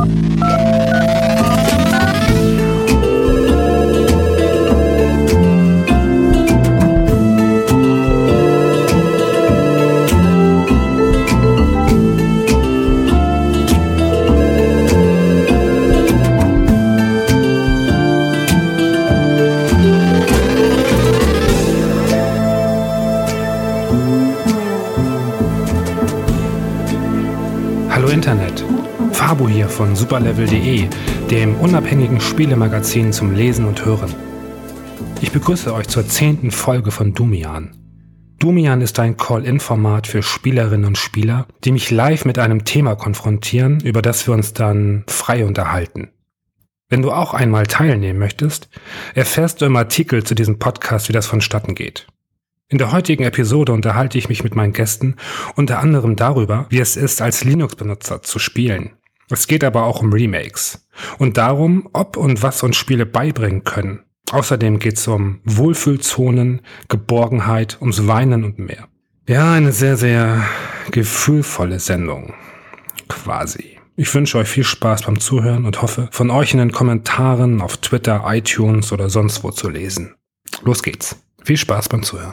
Hallo Internet, Fabo hier von superlevel.de, dem unabhängigen Spielemagazin zum Lesen und Hören. Ich begrüße euch zur 10. Folge von Dumian. Dumian ist ein Call-in-Format für Spielerinnen und Spieler, die mich live mit einem Thema konfrontieren, über das wir uns dann frei unterhalten. Wenn du auch einmal teilnehmen möchtest, erfährst du im Artikel zu diesem Podcast, wie das vonstatten geht. In der heutigen Episode unterhalte ich mich mit meinen Gästen unter anderem darüber, wie es ist, als Linux-Benutzer zu spielen. Es geht aber auch um Remakes und darum, ob und was uns Spiele beibringen können. Außerdem geht es um Wohlfühlzonen, Geborgenheit, ums Weinen und mehr. Ja, eine sehr, sehr gefühlvolle Sendung. Quasi. Ich wünsche euch viel Spaß beim Zuhören und hoffe, von euch in den Kommentaren auf Twitter, iTunes oder sonst wo zu lesen. Los geht's. Viel Spaß beim Zuhören.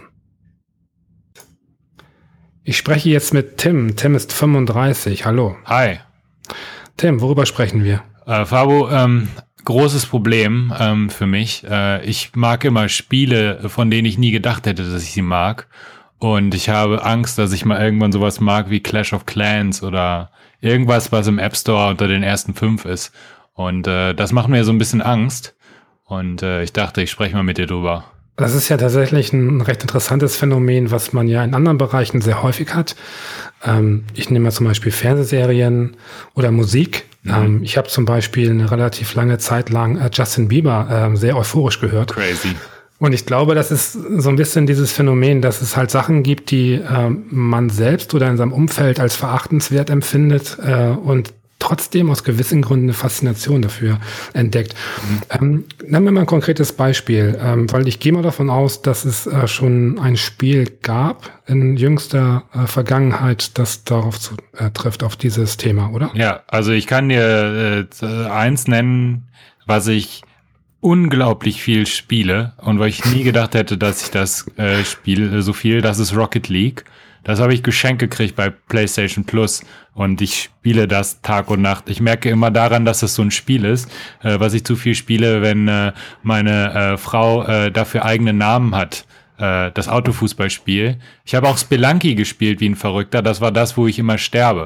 Ich spreche jetzt mit Tim. Tim ist 35. Hallo. Hi. Tim, worüber sprechen wir? Fabo, großes Problem für mich. Ich mag immer Spiele, von denen ich nie gedacht hätte, dass ich sie mag. Und ich habe Angst, dass ich mal irgendwann sowas mag wie Clash of Clans oder irgendwas, was im App Store unter den ersten 5 ist. Und das macht mir so ein bisschen Angst. Und ich dachte, ich spreche mal mit dir drüber. Das ist ja tatsächlich ein recht interessantes Phänomen, was man ja in anderen Bereichen sehr häufig hat. Ich nehme mal zum Beispiel Fernsehserien oder Musik. Ich habe zum Beispiel eine relativ lange Zeit lang Justin Bieber sehr euphorisch gehört. Crazy. Und ich glaube, das ist so ein bisschen dieses Phänomen, dass es halt Sachen gibt, die man selbst oder in seinem Umfeld als verachtenswert empfindet und trotzdem aus gewissen Gründen eine Faszination dafür entdeckt. Nennen wir mal ein konkretes Beispiel, weil ich gehe mal davon aus, dass es schon ein Spiel gab in jüngster Vergangenheit, das darauf trifft, auf dieses Thema, oder? Ja, also ich kann dir eins nennen, was ich unglaublich viel spiele und weil ich nie gedacht hätte, dass ich das spiele so viel, das ist Rocket League. Das habe ich geschenkt gekriegt bei PlayStation Plus und ich spiele das Tag und Nacht. Ich merke immer daran, dass es so ein Spiel ist, was ich zu viel spiele, wenn meine Frau dafür eigene Namen hat. Das Autofußballspiel. Ich habe auch Spelunky gespielt wie ein Verrückter. Das war das, wo ich immer sterbe.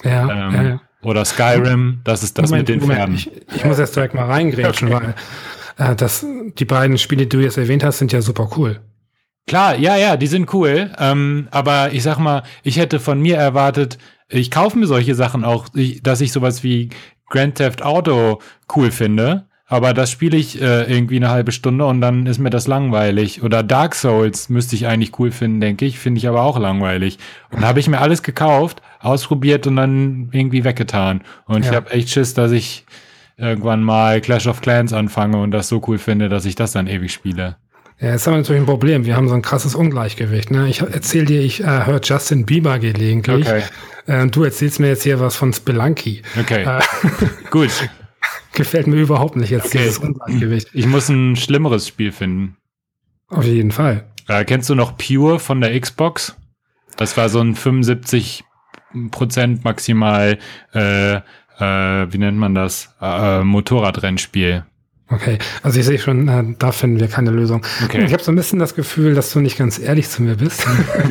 Ja. Oder Skyrim, das ist das mit den Pferden. Ich muss jetzt direkt mal reingrätschen, okay. Weil die beiden Spiele, die du jetzt erwähnt hast, sind ja super cool. Klar, ja, die sind cool, aber ich sag mal, ich hätte von mir erwartet, ich kaufe mir solche Sachen auch, dass ich sowas wie Grand Theft Auto cool finde, aber das spiele ich irgendwie eine halbe Stunde und dann ist mir das langweilig. Oder Dark Souls müsste ich eigentlich cool finden, denke ich, finde ich aber auch langweilig. Und da habe ich mir alles gekauft, ausprobiert und dann irgendwie weggetan. Und ich habe echt Schiss, dass ich irgendwann mal Clash of Clans anfange und das so cool finde, dass ich das dann ewig spiele. Ja, jetzt haben wir natürlich ein Problem. Wir haben so ein krasses Ungleichgewicht. Ne? Ich erzähle dir, ich höre Justin Bieber gelegentlich. Okay. Du erzählst mir jetzt hier was von Spelunky. Okay, gut. Gefällt mir überhaupt nicht jetzt, dieses Ungleichgewicht. Ich muss ein schlimmeres Spiel finden. Auf jeden Fall. Kennst du noch Pure von der Xbox? Das war so ein 75% maximal, wie nennt man das? Motorradrennspiel. Okay, also ich sehe schon, da finden wir keine Lösung. Okay. Ich habe so ein bisschen das Gefühl, dass du nicht ganz ehrlich zu mir bist.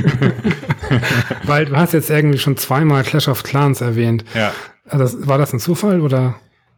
Weil du hast jetzt irgendwie schon zweimal Clash of Clans erwähnt. Ja. War das ein Zufall oder?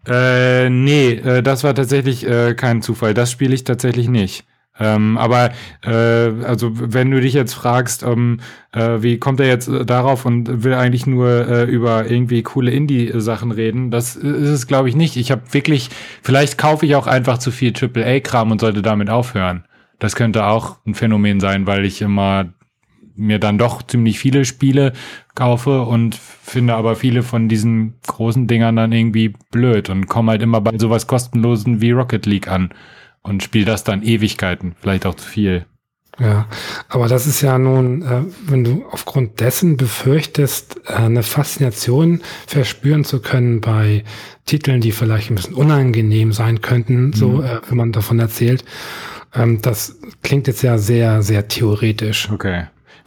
Nee, das war tatsächlich kein Zufall. Das spiele ich tatsächlich nicht. Aber also wenn du dich jetzt fragst, wie kommt er jetzt darauf und will eigentlich nur über irgendwie coole Indie-Sachen reden, das ist es, glaube ich, nicht. Ich habe wirklich, vielleicht kaufe ich auch einfach zu viel AAA-Kram und sollte damit aufhören. Das könnte auch ein Phänomen sein, weil ich immer mir dann doch ziemlich viele Spiele kaufe und finde aber viele von diesen großen Dingern dann irgendwie blöd und komme halt immer bei sowas Kostenlosen wie Rocket League an. Und spiele das dann Ewigkeiten, vielleicht auch zu viel. Ja, aber das ist ja nun, wenn du aufgrund dessen befürchtest, eine Faszination verspüren zu können bei Titeln, die vielleicht ein bisschen unangenehm sein könnten, so wenn man davon erzählt. Das klingt jetzt ja sehr, sehr theoretisch. Okay.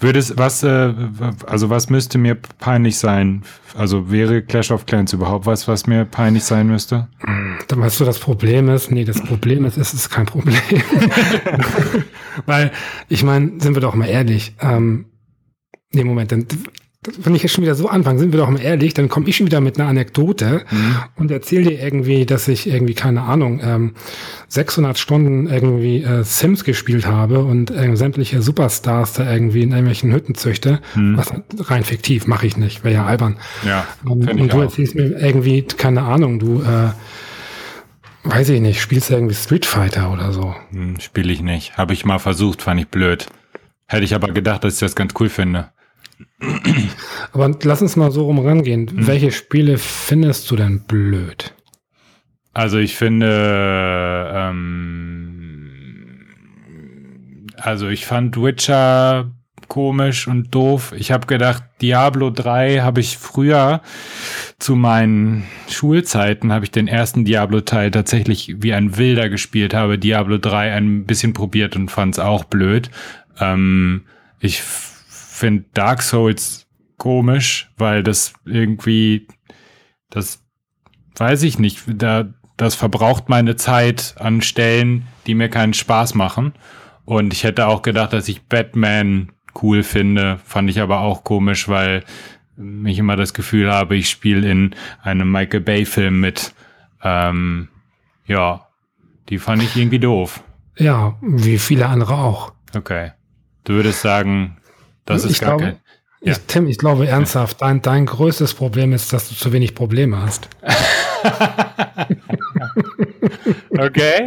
Was müsste mir peinlich sein? Also wäre Clash of Clans überhaupt was mir peinlich sein müsste? Dann weißt du, das Problem ist, es ist kein Problem. Weil, ich meine, sind wir doch mal ehrlich, Moment, wenn ich jetzt schon wieder so anfange, sind wir doch mal ehrlich, dann komme ich schon wieder mit einer Anekdote und erzähle dir irgendwie, dass ich irgendwie, keine Ahnung, 600 Stunden irgendwie Sims gespielt habe und sämtliche Superstars da irgendwie in irgendwelchen Hütten züchte. Was rein fiktiv, mache ich nicht, wäre ja albern. Ja, und du erzählst mir irgendwie, keine Ahnung, du, weiß ich nicht, spielst du irgendwie Street Fighter oder so? Spiele ich nicht. Habe ich mal versucht, fand ich blöd. Hätte ich aber gedacht, dass ich das ganz cool finde. Aber lass uns mal so rum rangehen. Welche Spiele findest du denn blöd? Also ich finde, ich fand Witcher komisch und doof. Ich habe gedacht, Diablo 3 habe ich früher zu meinen Schulzeiten, habe ich den ersten Diablo-Teil tatsächlich wie ein Wilder gespielt, habe Diablo 3 ein bisschen probiert und fand es auch blöd. Ich finde Dark Souls komisch, weil das irgendwie, das weiß ich nicht, das verbraucht meine Zeit an Stellen, die mir keinen Spaß machen. Und ich hätte auch gedacht, dass ich Batman cool finde, fand ich aber auch komisch, weil ich immer das Gefühl habe, ich spiele in einem Michael Bay-Film mit. Die fand ich irgendwie doof. Ja, wie viele andere auch. Okay. Du würdest sagen, das ist gar kein... Ja. Tim, ich glaube ernsthaft, dein größtes Problem ist, dass du zu wenig Probleme hast. Okay.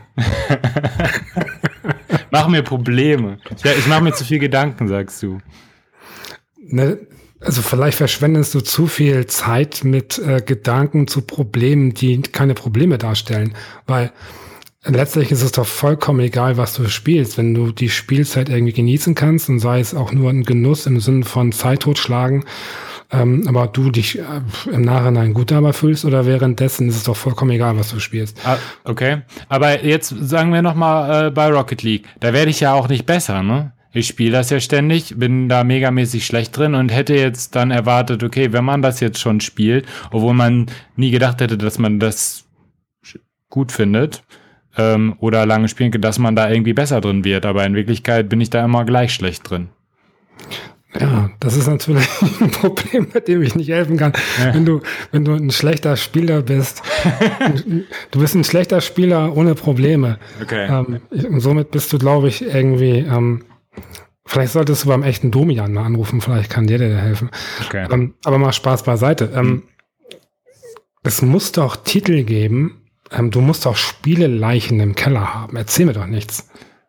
Mach mir Probleme. Ja, ich mache mir zu viel Gedanken, sagst du. Ne, also vielleicht verschwendest du zu viel Zeit mit Gedanken zu Problemen, die keine Probleme darstellen. Weil letztlich ist es doch vollkommen egal, was du spielst. Wenn du die Spielzeit irgendwie genießen kannst und sei es auch nur ein Genuss im Sinne von Zeit totschlagen, aber du dich im Nachhinein gut dabei fühlst oder währenddessen ist es doch vollkommen egal, was du spielst. Okay, aber jetzt sagen wir nochmal bei Rocket League, da werde ich ja auch nicht besser, ne? Ich spiele das ja ständig, bin da megamäßig schlecht drin und hätte jetzt dann erwartet, okay, wenn man das jetzt schon spielt, obwohl man nie gedacht hätte, dass man das gut findet, oder lange spielen kann, dass man da irgendwie besser drin wird. Aber in Wirklichkeit bin ich da immer gleich schlecht drin. Ja, das ist natürlich ein Problem, mit dem ich nicht helfen kann. Ja. Wenn du ein schlechter Spieler bist, du bist ein schlechter Spieler ohne Probleme. Okay. Und somit bist du, glaube ich, irgendwie, vielleicht solltest du beim echten Domian mal anrufen, vielleicht kann dir der helfen. Okay. Aber mal Spaß beiseite. Es muss doch Titel geben, du musst auch Spieleleichen im Keller haben. Erzähl mir doch nichts.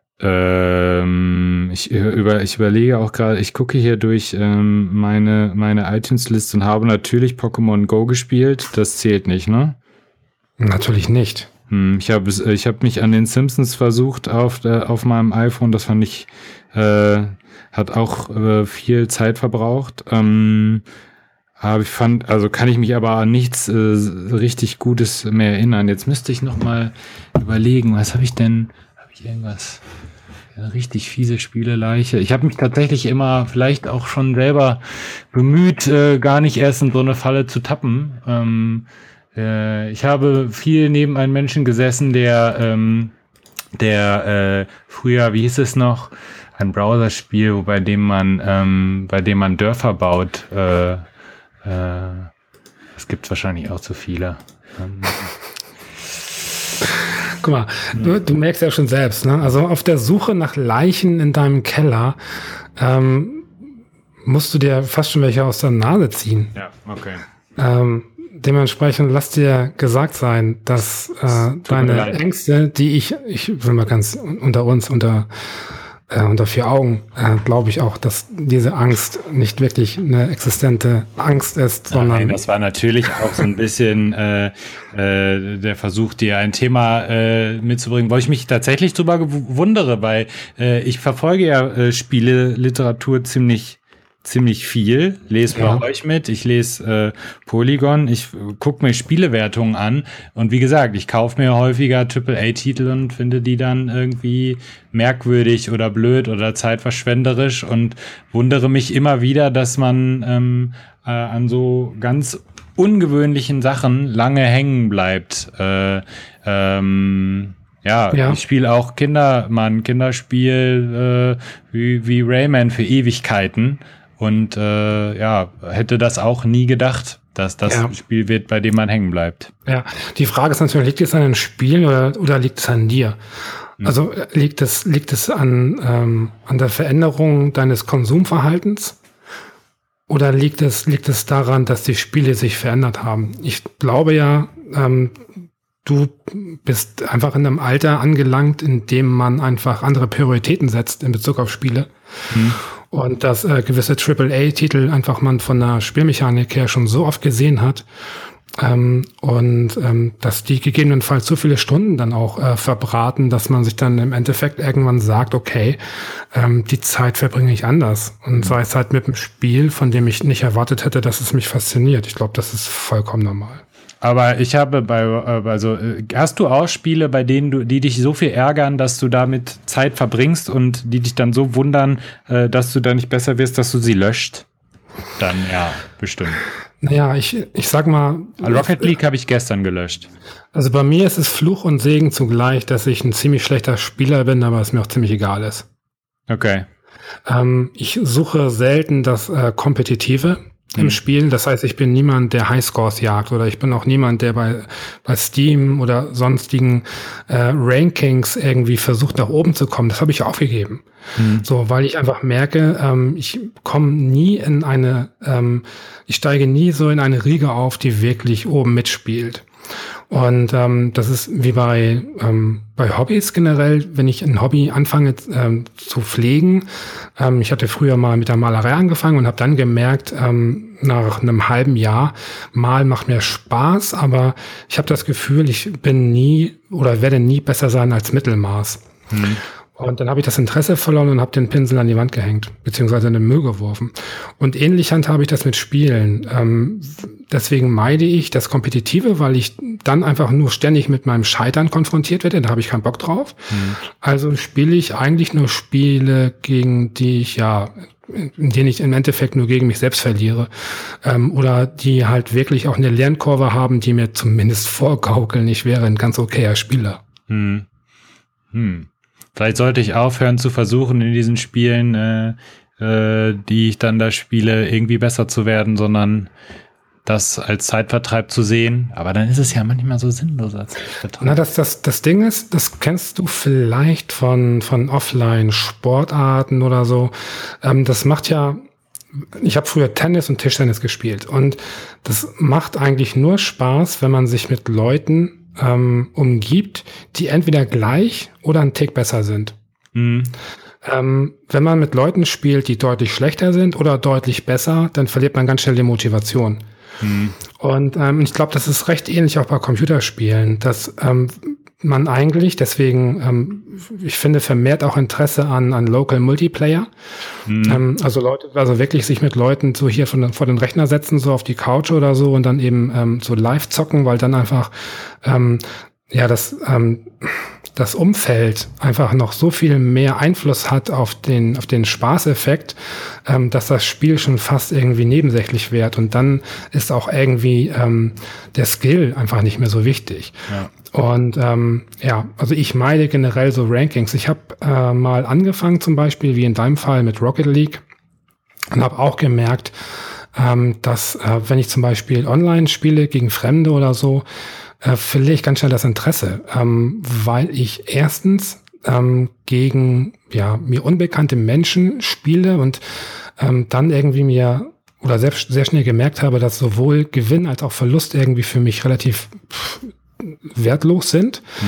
Ich überlege auch gerade, ich gucke hier durch meine iTunes-Liste und habe natürlich Pokémon Go gespielt. Das zählt nicht, ne? Natürlich nicht. Ich hab mich an den Simpsons versucht auf meinem iPhone. Das fand ich, hat auch viel Zeit verbraucht. Aber ich fand, also kann ich mich aber an nichts richtig Gutes mehr erinnern. Jetzt müsste ich noch mal überlegen, was habe ich denn? Habe ich irgendwas? Ja, richtig fiese Spieleleiche. Ich habe mich tatsächlich immer vielleicht auch schon selber bemüht, gar nicht erst in so eine Falle zu tappen. Ich habe viel neben einem Menschen gesessen, der früher, wie hieß es noch, ein Browserspiel, bei dem man Dörfer baut. Es gibt wahrscheinlich auch zu viele. Guck mal, du merkst ja schon selbst, ne? Also auf der Suche nach Leichen in deinem Keller musst du dir fast schon welche aus der Nase ziehen. Ja, okay. Dementsprechend lass dir gesagt sein, dass deine Ängste, die ich will mal ganz unter uns, unter vier Augen, glaube ich auch, dass diese Angst nicht wirklich eine existente Angst ist, sondern... Nein, das war natürlich auch so ein bisschen der Versuch, dir ein Thema mitzubringen, wo ich mich tatsächlich drüber wundere, weil ich verfolge ja Spieleliteratur ziemlich viel, lese bei euch mit, ich lese Polygon, ich gucke mir Spielewertungen an und wie gesagt, ich kaufe mir häufiger AAA-Titel und finde die dann irgendwie merkwürdig oder blöd oder zeitverschwenderisch und wundere mich immer wieder, dass man an so ganz ungewöhnlichen Sachen lange hängen bleibt. Ich spiele auch Kinderspiel wie Rayman für Ewigkeiten. Und hätte das auch nie gedacht, dass das ein Spiel wird, bei dem man hängen bleibt. Ja, die Frage ist natürlich, liegt es an den Spielen oder liegt es an dir? Also liegt es an der Veränderung deines Konsumverhaltens? Oder liegt es daran, dass die Spiele sich verändert haben? Ich glaube ja, du bist einfach in einem Alter angelangt, in dem man einfach andere Prioritäten setzt in Bezug auf Spiele. Und dass gewisse AAA-Titel einfach man von der Spielmechanik her schon so oft gesehen hat dass die gegebenenfalls so viele Stunden dann auch verbraten, dass man sich dann im Endeffekt irgendwann sagt, okay, die Zeit verbringe ich anders. Und sei es halt mit einem Spiel, von dem ich nicht erwartet hätte, dass es mich fasziniert. Ich glaube, das ist vollkommen normal. Aber ich habe hast du auch Spiele, bei denen die dich so viel ärgern, dass du damit Zeit verbringst und die dich dann so wundern, dass du da nicht besser wirst, dass du sie löscht? Dann ja, bestimmt. Naja, ich sag mal... Rocket League habe ich gestern gelöscht. Also bei mir ist es Fluch und Segen zugleich, dass ich ein ziemlich schlechter Spieler bin, aber es mir auch ziemlich egal ist. Okay. Ich suche selten das Kompetitive im Spiel. Das heißt, ich bin niemand, der Highscores jagt oder ich bin auch niemand, der bei Steam oder sonstigen Rankings irgendwie versucht, nach oben zu kommen. Das habe ich aufgegeben. So, weil ich einfach merke, ich komme nie in ich steige nie so in eine Riege auf, die wirklich oben mitspielt. Und das ist wie bei Hobbys generell, wenn ich ein Hobby anfange zu pflegen. Ich hatte früher mal mit der Malerei angefangen und habe dann gemerkt, nach einem halben Jahr, Malen macht mir Spaß, aber ich habe das Gefühl, ich bin nie oder werde nie besser sein als Mittelmaß. Und dann habe ich das Interesse verloren und habe den Pinsel an die Wand gehängt, beziehungsweise in den Müll geworfen. Und ähnlich handhabe ich das mit Spielen. Deswegen meide ich das Kompetitive, weil ich dann einfach nur ständig mit meinem Scheitern konfrontiert werde. Da habe ich keinen Bock drauf. Also spiele ich eigentlich nur Spiele, gegen die ich in denen ich im Endeffekt nur gegen mich selbst verliere. Oder die halt wirklich auch eine Lernkurve haben, die mir zumindest vorgaukeln, ich wäre ein ganz okayer Spieler. Vielleicht sollte ich aufhören zu versuchen, in diesen Spielen, die ich dann da spiele, irgendwie besser zu werden, sondern das als Zeitvertreib zu sehen. Aber dann ist es ja manchmal so sinnlos als Zeitvertreib. Na, das Ding ist, das kennst du vielleicht von Offline-Sportarten oder so. Das macht ja, ich habe früher Tennis und Tischtennis gespielt und das macht eigentlich nur Spaß, wenn man sich mit Leuten umgibt, die entweder gleich oder einen Tick besser sind. Wenn man mit Leuten spielt, die deutlich schlechter sind oder deutlich besser, dann verliert man ganz schnell die Motivation. Und ich glaube, das ist recht ähnlich auch bei Computerspielen, dass man eigentlich, deswegen, ich finde, vermehrt auch Interesse an Local Multiplayer. Also Leute, also wirklich sich mit Leuten so hier vor den Rechner setzen, so auf die Couch oder so und dann eben so live zocken, weil dann einfach das Umfeld einfach noch so viel mehr Einfluss hat auf den Spaßeffekt, dass das Spiel schon fast irgendwie nebensächlich wird und dann ist auch irgendwie der Skill einfach nicht mehr so wichtig. Ja. Und also ich meide generell so Rankings. Ich habe mal angefangen zum Beispiel, wie in deinem Fall, mit Rocket League und habe auch gemerkt, dass wenn ich zum Beispiel online spiele gegen Fremde oder so, verliere ich ganz schnell das Interesse, weil ich erstens gegen mir unbekannte Menschen spiele und dann irgendwie sehr schnell gemerkt habe, dass sowohl Gewinn als auch Verlust irgendwie für mich relativ wertlos sind.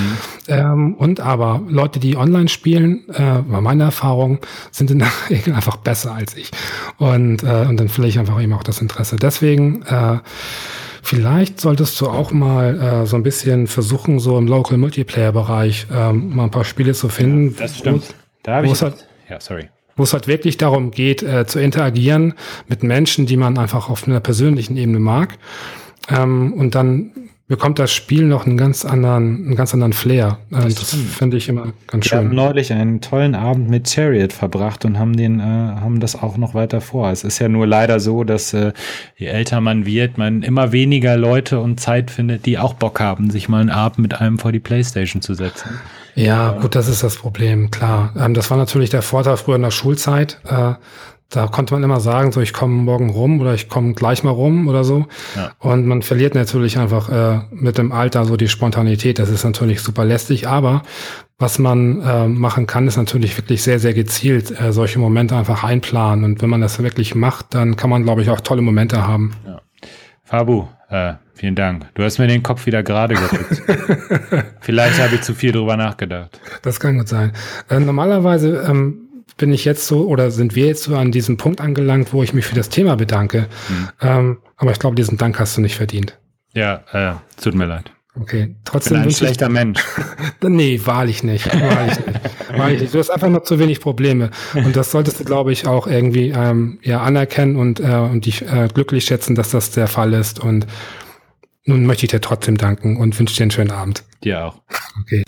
Und aber Leute, die online spielen, war meine Erfahrung, sind in der Regel einfach besser als ich. Und dann vielleicht einfach eben auch das Interesse. Deswegen, vielleicht solltest du auch mal so ein bisschen versuchen, so im Local Multiplayer-Bereich mal ein paar Spiele zu finden. Ja, das stimmt. Da habe ich... Wo es halt wirklich darum geht, zu interagieren mit Menschen, die man einfach auf einer persönlichen Ebene mag. Und dann bekommt das Spiel noch einen ganz anderen Flair. Das finde ich immer ganz schön. Wir haben neulich einen tollen Abend mit Chariot verbracht und haben das auch noch weiter vor. Es ist ja nur leider so, dass je älter man wird, man immer weniger Leute und Zeit findet, die auch Bock haben, sich mal einen Abend mit einem vor die Playstation zu setzen. Ja, gut, das ist das Problem, klar. Das war natürlich der Vorteil früher in der Schulzeit. Da konnte man immer sagen, so ich komme morgen rum oder ich komme gleich mal rum oder so. Ja. Und man verliert natürlich einfach mit dem Alter so die Spontanität. Das ist natürlich super lästig. Aber was man machen kann, ist natürlich wirklich sehr, sehr gezielt solche Momente einfach einplanen. Und wenn man das wirklich macht, dann kann man, glaube ich, auch tolle Momente haben. Ja. Fabu, vielen Dank. Du hast mir den Kopf wieder gerade gerückt. Vielleicht habe ich zu viel drüber nachgedacht. Das kann gut sein. Normalerweise bin ich jetzt so, oder sind wir jetzt so an diesem Punkt angelangt, wo ich mich für das Thema bedanke. Aber ich glaube, diesen Dank hast du nicht verdient. Ja, tut mir leid. Okay, trotzdem. Ich bin ein schlechter Mensch. Nee, wahrlich nicht. Wahrlich nicht. Du hast einfach nur zu wenig Probleme. Und das solltest du, glaube ich, auch irgendwie anerkennen und dich glücklich schätzen, dass das der Fall ist. Und nun möchte ich dir trotzdem danken und wünsche dir einen schönen Abend. Dir auch. Okay.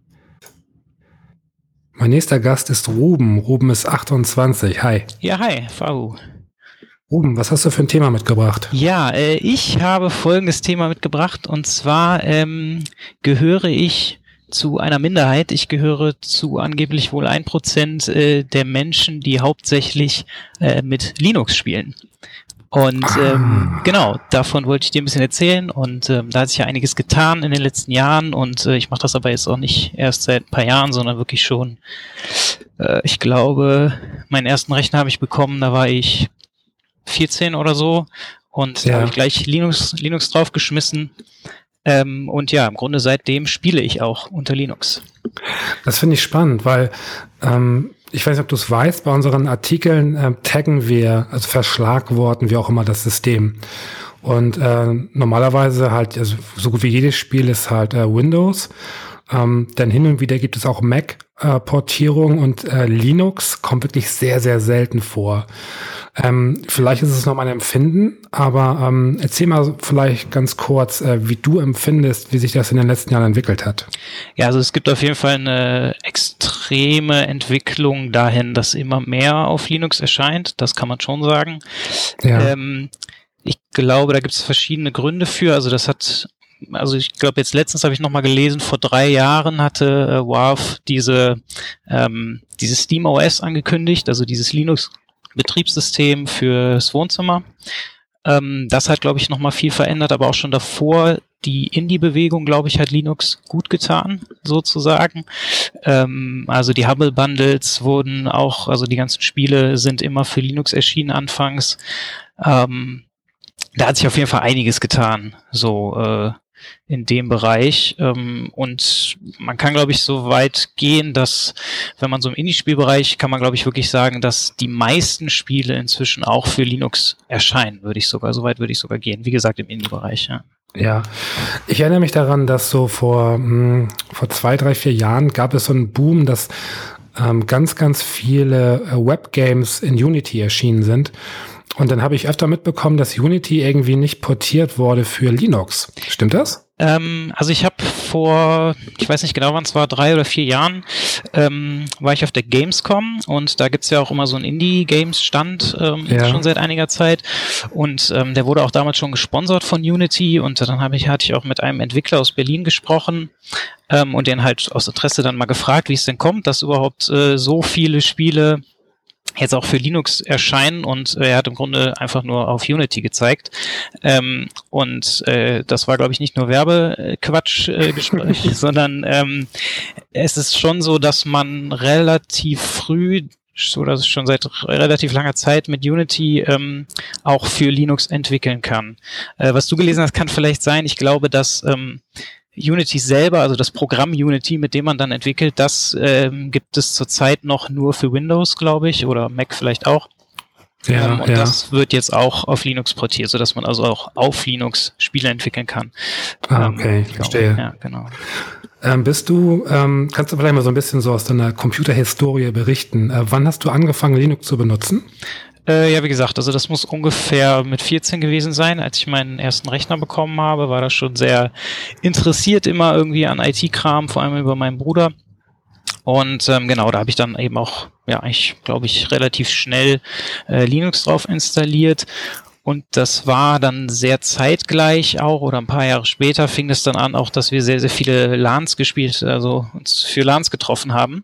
Mein nächster Gast ist Ruben. Ruben ist 28. Hi. Ja, hi, Fabu. Ruben, was hast du für ein Thema mitgebracht? Ja, ich habe folgendes Thema mitgebracht, und zwar gehöre ich zu einer Minderheit. Ich gehöre zu angeblich wohl 1% der Menschen, die hauptsächlich mit Linux spielen. Und genau, davon wollte ich dir ein bisschen erzählen, und da hat sich ja einiges getan in den letzten Jahren, und ich mache das aber jetzt auch nicht erst seit ein paar Jahren, sondern wirklich schon, ich glaube, meinen ersten Rechner habe ich bekommen, da war ich 14 oder so, und da habe ich gleich Linux draufgeschmissen, und ja, im Grunde seitdem spiele ich auch unter Linux. Das finde ich spannend, weil ich weiß nicht, ob du es weißt, bei unseren Artikeln taggen wir, also verschlagworten wir auch immer das System. Und normalerweise halt, also so gut wie jedes Spiel ist halt Windows. Denn hin und wieder gibt es auch Mac-Portierung, und Linux kommt wirklich sehr, sehr selten vor. Vielleicht ist es noch mein Empfinden, aber erzähl mal vielleicht ganz kurz, wie du empfindest, wie sich das in den letzten Jahren entwickelt hat. Ja, also es gibt auf jeden Fall eine extreme Entwicklung dahin, dass immer mehr auf Linux erscheint, das kann man schon sagen. Ja. Ich glaube, da gibt es verschiedene Gründe für, also ich glaube, jetzt letztens habe ich nochmal gelesen, vor 3 Jahren hatte Valve dieses SteamOS angekündigt, also dieses Linux-Betriebssystem fürs Wohnzimmer. Das hat, glaube ich, nochmal viel verändert, aber auch schon davor die Indie-Bewegung, glaube ich, hat Linux gut getan, sozusagen. Also die Humble-Bundles wurden auch, also die ganzen Spiele sind immer für Linux erschienen anfangs. Da hat sich auf jeden Fall einiges getan, so in dem Bereich, und man kann, glaube ich, so weit gehen, dass, wenn man so im Indie-Spielbereich, kann man, glaube ich, wirklich sagen, dass die meisten Spiele inzwischen auch für Linux erscheinen, so weit würde ich sogar gehen, wie gesagt, im Indie-Bereich, ja. Ja, ich erinnere mich daran, dass so vor 2, 3, 4 Jahren gab es so einen Boom, dass ganz, ganz viele Webgames in Unity erschienen sind. Und dann habe ich öfter mitbekommen, dass Unity irgendwie nicht portiert wurde für Linux. Stimmt das? Also ich habe vor, ich weiß nicht genau, wann es war, 3 oder 4 Jahren, war ich auf der Gamescom, und da gibt's ja auch immer so einen Indie-Games-Stand schon seit einiger Zeit, und der wurde auch damals schon gesponsert von Unity, und dann hatte ich auch mit einem Entwickler aus Berlin gesprochen und den halt aus Interesse dann mal gefragt, wie es denn kommt, dass überhaupt so viele Spiele jetzt auch für Linux erscheinen, und er hat im Grunde einfach nur auf Unity gezeigt. Und das war, glaube ich, nicht nur Werbequatsch-Gespräch, sondern es ist schon so, dass man relativ früh, oder schon seit relativ langer Zeit mit Unity auch für Linux entwickeln kann. Was du gelesen hast, kann vielleicht sein. Ich glaube, dass Unity selber, also das Programm Unity, mit dem man dann entwickelt, das gibt es zurzeit noch nur für Windows, glaube ich, oder Mac vielleicht auch. Und das wird jetzt auch auf Linux portiert, sodass man also auch auf Linux Spiele entwickeln kann. Okay, verstehe. Ja, genau. Kannst du vielleicht mal so ein bisschen so aus deiner Computerhistorie berichten? Wann hast du angefangen, Linux zu benutzen? Ja, wie gesagt, also das muss ungefähr mit 14 gewesen sein, als ich meinen ersten Rechner bekommen habe, war das schon sehr interessiert immer irgendwie an IT-Kram, vor allem über meinen Bruder. Und genau, da habe ich dann eben auch, ich glaube ich, relativ schnell Linux drauf installiert. Und das war dann sehr zeitgleich auch, oder ein paar Jahre später fing es dann an, auch, dass wir sehr, sehr viele LANs gespielt, also uns für LANs getroffen haben.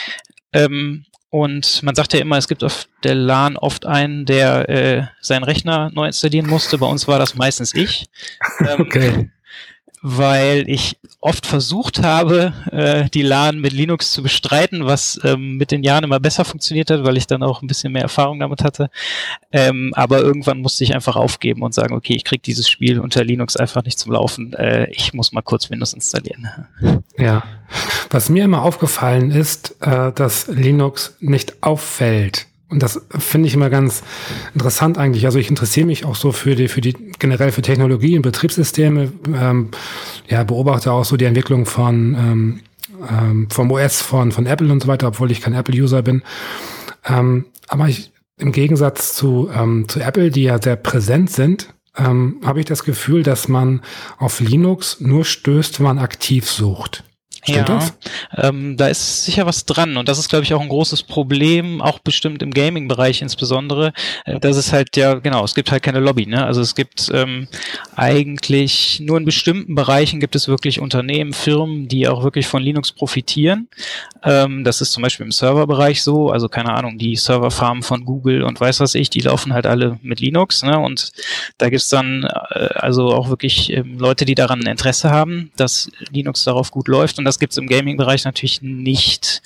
Und man sagt ja immer, es gibt auf der LAN oft einen, der seinen Rechner neu installieren musste. Bei uns war das meistens ich. Okay. Weil ich oft versucht habe, die LAN mit Linux zu bestreiten, was mit den Jahren immer besser funktioniert hat, weil ich dann auch ein bisschen mehr Erfahrung damit hatte. Aber irgendwann musste ich einfach aufgeben und sagen, okay, ich kriege dieses Spiel unter Linux einfach nicht zum Laufen. Ich muss mal kurz Windows installieren. Ja. Was mir immer aufgefallen ist, dass Linux nicht auffällt. Und das finde ich immer ganz interessant eigentlich. Also ich interessiere mich auch so für die generell für Technologie und Betriebssysteme. Beobachte auch so die Entwicklung vom OS von Apple und so weiter, obwohl ich kein Apple-User bin. Aber im Gegensatz zu Apple, die ja sehr präsent sind, habe ich das Gefühl, dass man auf Linux nur stößt, wenn man aktiv sucht. Stimmt das? Da ist sicher was dran und das ist, glaube ich, auch ein großes Problem, auch bestimmt im Gaming-Bereich insbesondere, dass es halt es gibt halt keine Lobby, ne? Also es gibt eigentlich nur in bestimmten Bereichen gibt es wirklich Unternehmen, Firmen, die auch wirklich von Linux profitieren. Das ist zum Beispiel im Serverbereich so, also keine Ahnung, die Serverfarmen von Google und weiß was ich, die laufen halt alle mit Linux, ne? Und da gibt's dann also auch wirklich Leute, die daran ein Interesse haben, dass Linux darauf gut läuft und das gibt's im Gaming-Bereich natürlich nicht.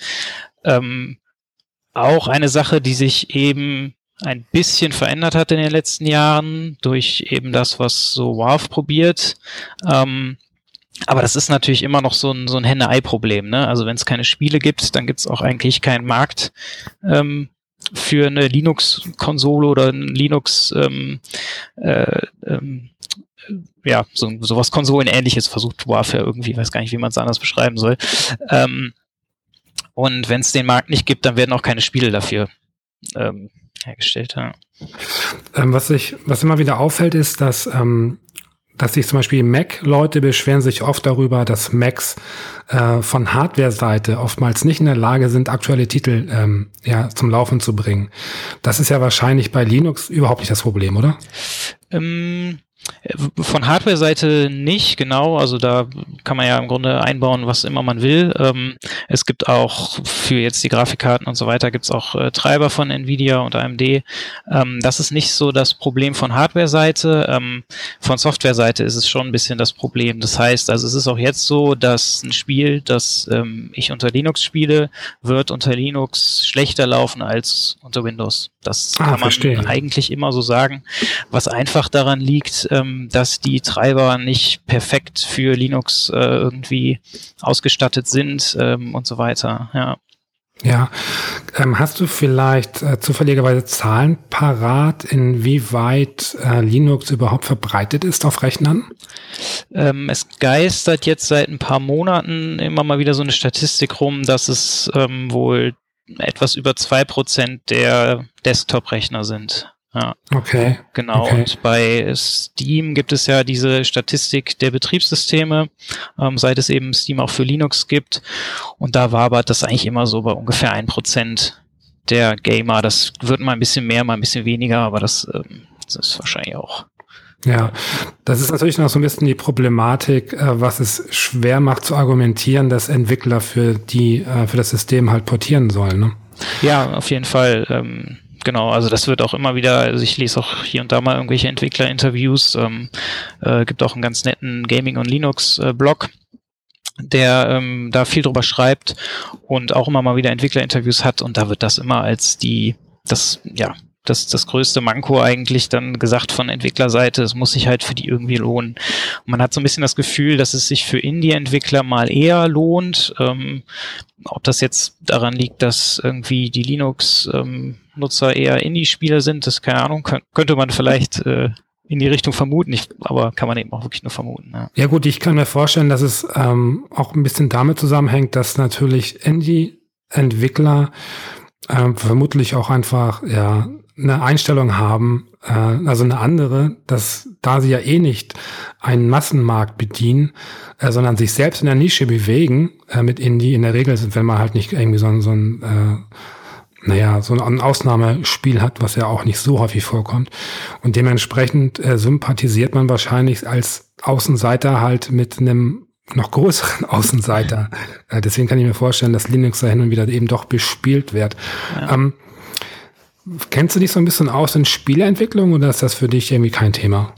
Auch eine Sache, die sich eben ein bisschen verändert hat in den letzten Jahren durch eben das, was so Valve probiert. Aber das ist natürlich immer noch so ein Henne-Ei-Problem, ne? Also wenn es keine Spiele gibt, dann gibt's auch eigentlich keinen Markt für eine Linux-Konsole oder ein Linux sowas Konsolenähnliches versucht Warfare irgendwie, weiß gar nicht, wie man es anders beschreiben soll. Und wenn es den Markt nicht gibt, dann werden auch keine Spiele dafür hergestellt. Ja. Was immer wieder auffällt, ist, dass sich zum Beispiel Mac-Leute beschweren sich oft darüber, dass Macs von Hardware-Seite oftmals nicht in der Lage sind, aktuelle Titel zum Laufen zu bringen. Das ist ja wahrscheinlich bei Linux überhaupt nicht das Problem, oder? Von Hardware-Seite nicht, genau. Also da kann man ja im Grunde einbauen, was immer man will. Es gibt auch für jetzt die Grafikkarten und so weiter, gibt es auch Treiber von Nvidia und AMD. Das ist nicht so das Problem von Hardware-Seite. Von Software-Seite ist es schon ein bisschen das Problem. Das heißt, also es ist auch jetzt so, dass ein Spiel, das ich unter Linux spiele, wird unter Linux schlechter laufen als unter Windows. Das kann man eigentlich immer so sagen, was einfach daran liegt, dass die Treiber nicht perfekt für Linux irgendwie ausgestattet sind und so weiter. Ja. Ja, hast du vielleicht zufälligerweise Zahlen parat, inwieweit Linux überhaupt verbreitet ist auf Rechnern? Es geistert jetzt seit ein paar Monaten immer mal wieder so eine Statistik rum, dass es wohl etwas über 2% der Desktop-Rechner sind. Ja. Okay. Genau. Okay. Und bei Steam gibt es ja diese Statistik der Betriebssysteme, seit es eben Steam auch für Linux gibt. Und da wabert das eigentlich immer so bei ungefähr 1% der Gamer. Das wird mal ein bisschen mehr, mal ein bisschen weniger, aber das ist wahrscheinlich auch. Ja, das ist natürlich noch so ein bisschen die Problematik, was es schwer macht zu argumentieren, dass Entwickler für das System halt portieren sollen, ne? Ja, auf jeden Fall. Genau, also das wird auch immer wieder, also ich lese auch hier und da mal irgendwelche Entwicklerinterviews, gibt auch einen ganz netten Gaming- und Linux-Blog, der da viel drüber schreibt und auch immer mal wieder Entwicklerinterviews hat und da wird das immer als das das größte Manko eigentlich dann gesagt von Entwicklerseite, es muss sich halt für die irgendwie lohnen. Und man hat so ein bisschen das Gefühl, dass es sich für Indie-Entwickler mal eher lohnt. Ob das jetzt daran liegt, dass irgendwie die Linux-Nutzer eher Indie-Spieler sind, das keine Ahnung, könnte man vielleicht in die Richtung vermuten, aber kann man eben auch wirklich nur vermuten. Ja, ja gut, ich kann mir vorstellen, dass es auch ein bisschen damit zusammenhängt, dass natürlich Indie-Entwickler vermutlich auch einfach eine Einstellung haben, also eine andere, dass da sie ja eh nicht einen Massenmarkt bedienen, sondern sich selbst in der Nische bewegen mit Indie. In der Regel sind, wenn man halt nicht irgendwie so ein Ausnahmespiel hat, was ja auch nicht so häufig vorkommt. Und dementsprechend sympathisiert man wahrscheinlich als Außenseiter halt mit einem noch größeren Außenseiter. Deswegen kann ich mir vorstellen, dass Linux da hin und wieder eben doch bespielt wird. Ja. Kennst du dich so ein bisschen aus in Spieleentwicklung oder ist das für dich irgendwie kein Thema?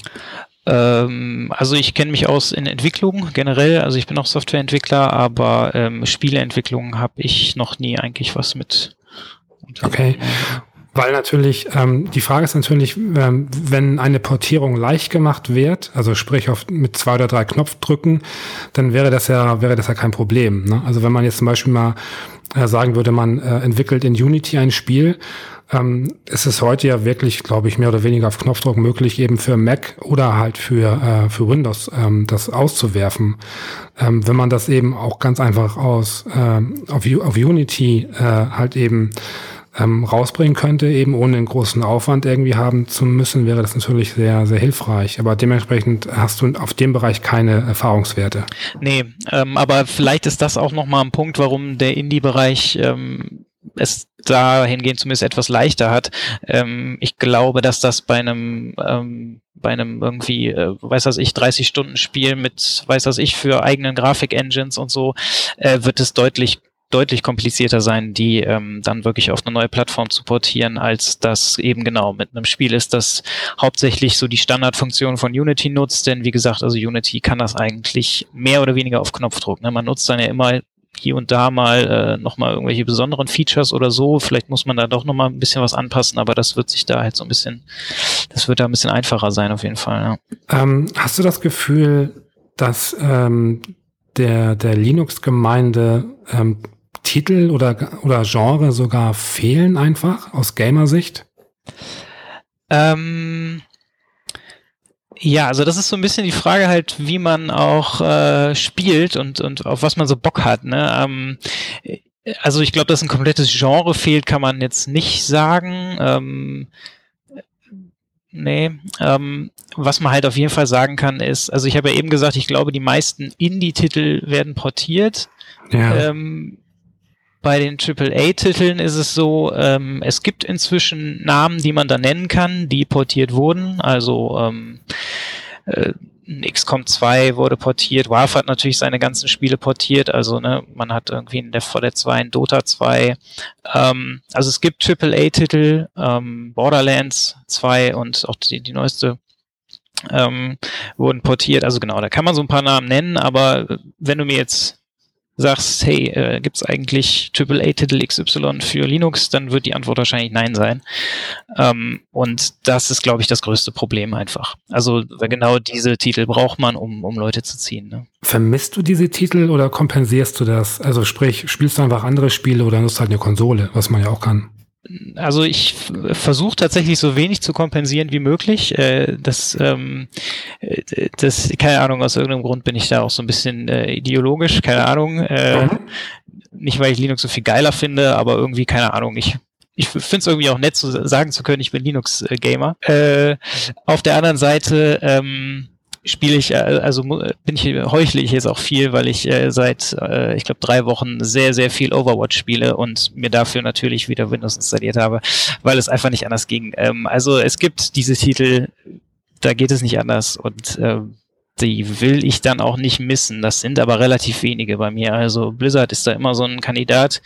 Also ich kenne mich aus in Entwicklung generell, also ich bin auch Softwareentwickler, aber Spieleentwicklung habe ich noch nie eigentlich was mit. Okay, weil natürlich, die Frage ist natürlich, wenn eine Portierung leicht gemacht wird, also sprich mit 2 oder 3 Knopfdrücken, dann wäre das ja kein Problem, ne? Also wenn man jetzt zum Beispiel mal sagen würde, man entwickelt in Unity ein Spiel, ist es heute ja wirklich, glaube ich, mehr oder weniger auf Knopfdruck möglich, eben für Mac oder halt für Windows das auszuwerfen. Wenn man das eben auch ganz einfach auf Unity halt eben rausbringen könnte, eben ohne einen großen Aufwand irgendwie haben zu müssen, wäre das natürlich sehr, sehr hilfreich. Aber dementsprechend hast du auf dem Bereich keine Erfahrungswerte. Nee, aber vielleicht ist das auch nochmal ein Punkt, warum der Indie-Bereich es dahingehend zumindest etwas leichter hat. Ich glaube, dass das bei einem irgendwie, 30-Stunden-Spiel mit, für eigenen Grafik-Engines und so, wird es deutlich komplizierter sein, die dann wirklich auf eine neue Plattform zu portieren, als das eben genau mit einem Spiel ist, das hauptsächlich so die Standardfunktion von Unity nutzt, denn wie gesagt, also Unity kann das eigentlich mehr oder weniger auf Knopfdruck, ne? Man nutzt dann ja immer hier und da mal nochmal irgendwelche besonderen Features oder so, vielleicht muss man da doch nochmal ein bisschen was anpassen, aber das wird sich da halt so ein bisschen, das wird da ein bisschen einfacher sein auf jeden Fall, ja. Hast du das Gefühl, dass der Linux-Gemeinde Titel oder Genre sogar fehlen einfach aus Gamer-Sicht? Ja, also das ist so ein bisschen die Frage halt, wie man auch spielt und auf was man so Bock hat, ne? Also ich glaube, dass ein komplettes Genre fehlt, kann man jetzt nicht sagen. Was man halt auf jeden Fall sagen kann ist, also ich habe ja eben gesagt, ich glaube, die meisten Indie-Titel werden portiert. Ja. Bei den AAA-Titeln ist es so, es gibt inzwischen Namen, die man da nennen kann, die portiert wurden. Also XCOM 2 wurde portiert, Valve hat natürlich seine ganzen Spiele portiert, also ne, man hat irgendwie in Left 4 Dead 2, in Dota 2. Also es gibt AAA-Titel, Borderlands 2 und auch die neueste wurden portiert. Also genau, da kann man so ein paar Namen nennen, aber wenn du mir jetzt sagst, hey, gibt's eigentlich AAA-Titel XY für Linux, dann wird die Antwort wahrscheinlich nein sein. Und das ist, glaube ich, das größte Problem einfach. Also genau diese Titel braucht man, um Leute zu ziehen. Ne? Vermisst du diese Titel oder kompensierst du das? Also sprich, spielst du einfach andere Spiele oder nutzt halt eine Konsole, was man ja auch kann? Also ich versuche tatsächlich so wenig zu kompensieren wie möglich. Das keine Ahnung, aus irgendeinem Grund bin ich da auch so ein bisschen ideologisch, keine Ahnung. Nicht, weil ich Linux so viel geiler finde, aber irgendwie, keine Ahnung, ich finde es irgendwie auch nett, sagen zu können, ich bin Linux-Gamer. Auf der anderen Seite spiele ich, heuchle ich jetzt auch viel, weil ich seit, ich glaube, 3 Wochen sehr, sehr viel Overwatch spiele und mir dafür natürlich wieder Windows installiert habe, weil es einfach nicht anders ging. Also es gibt diese Titel, da geht es nicht anders und die will ich dann auch nicht missen. Das sind aber relativ wenige bei mir. Also Blizzard ist da immer so ein Kandidat.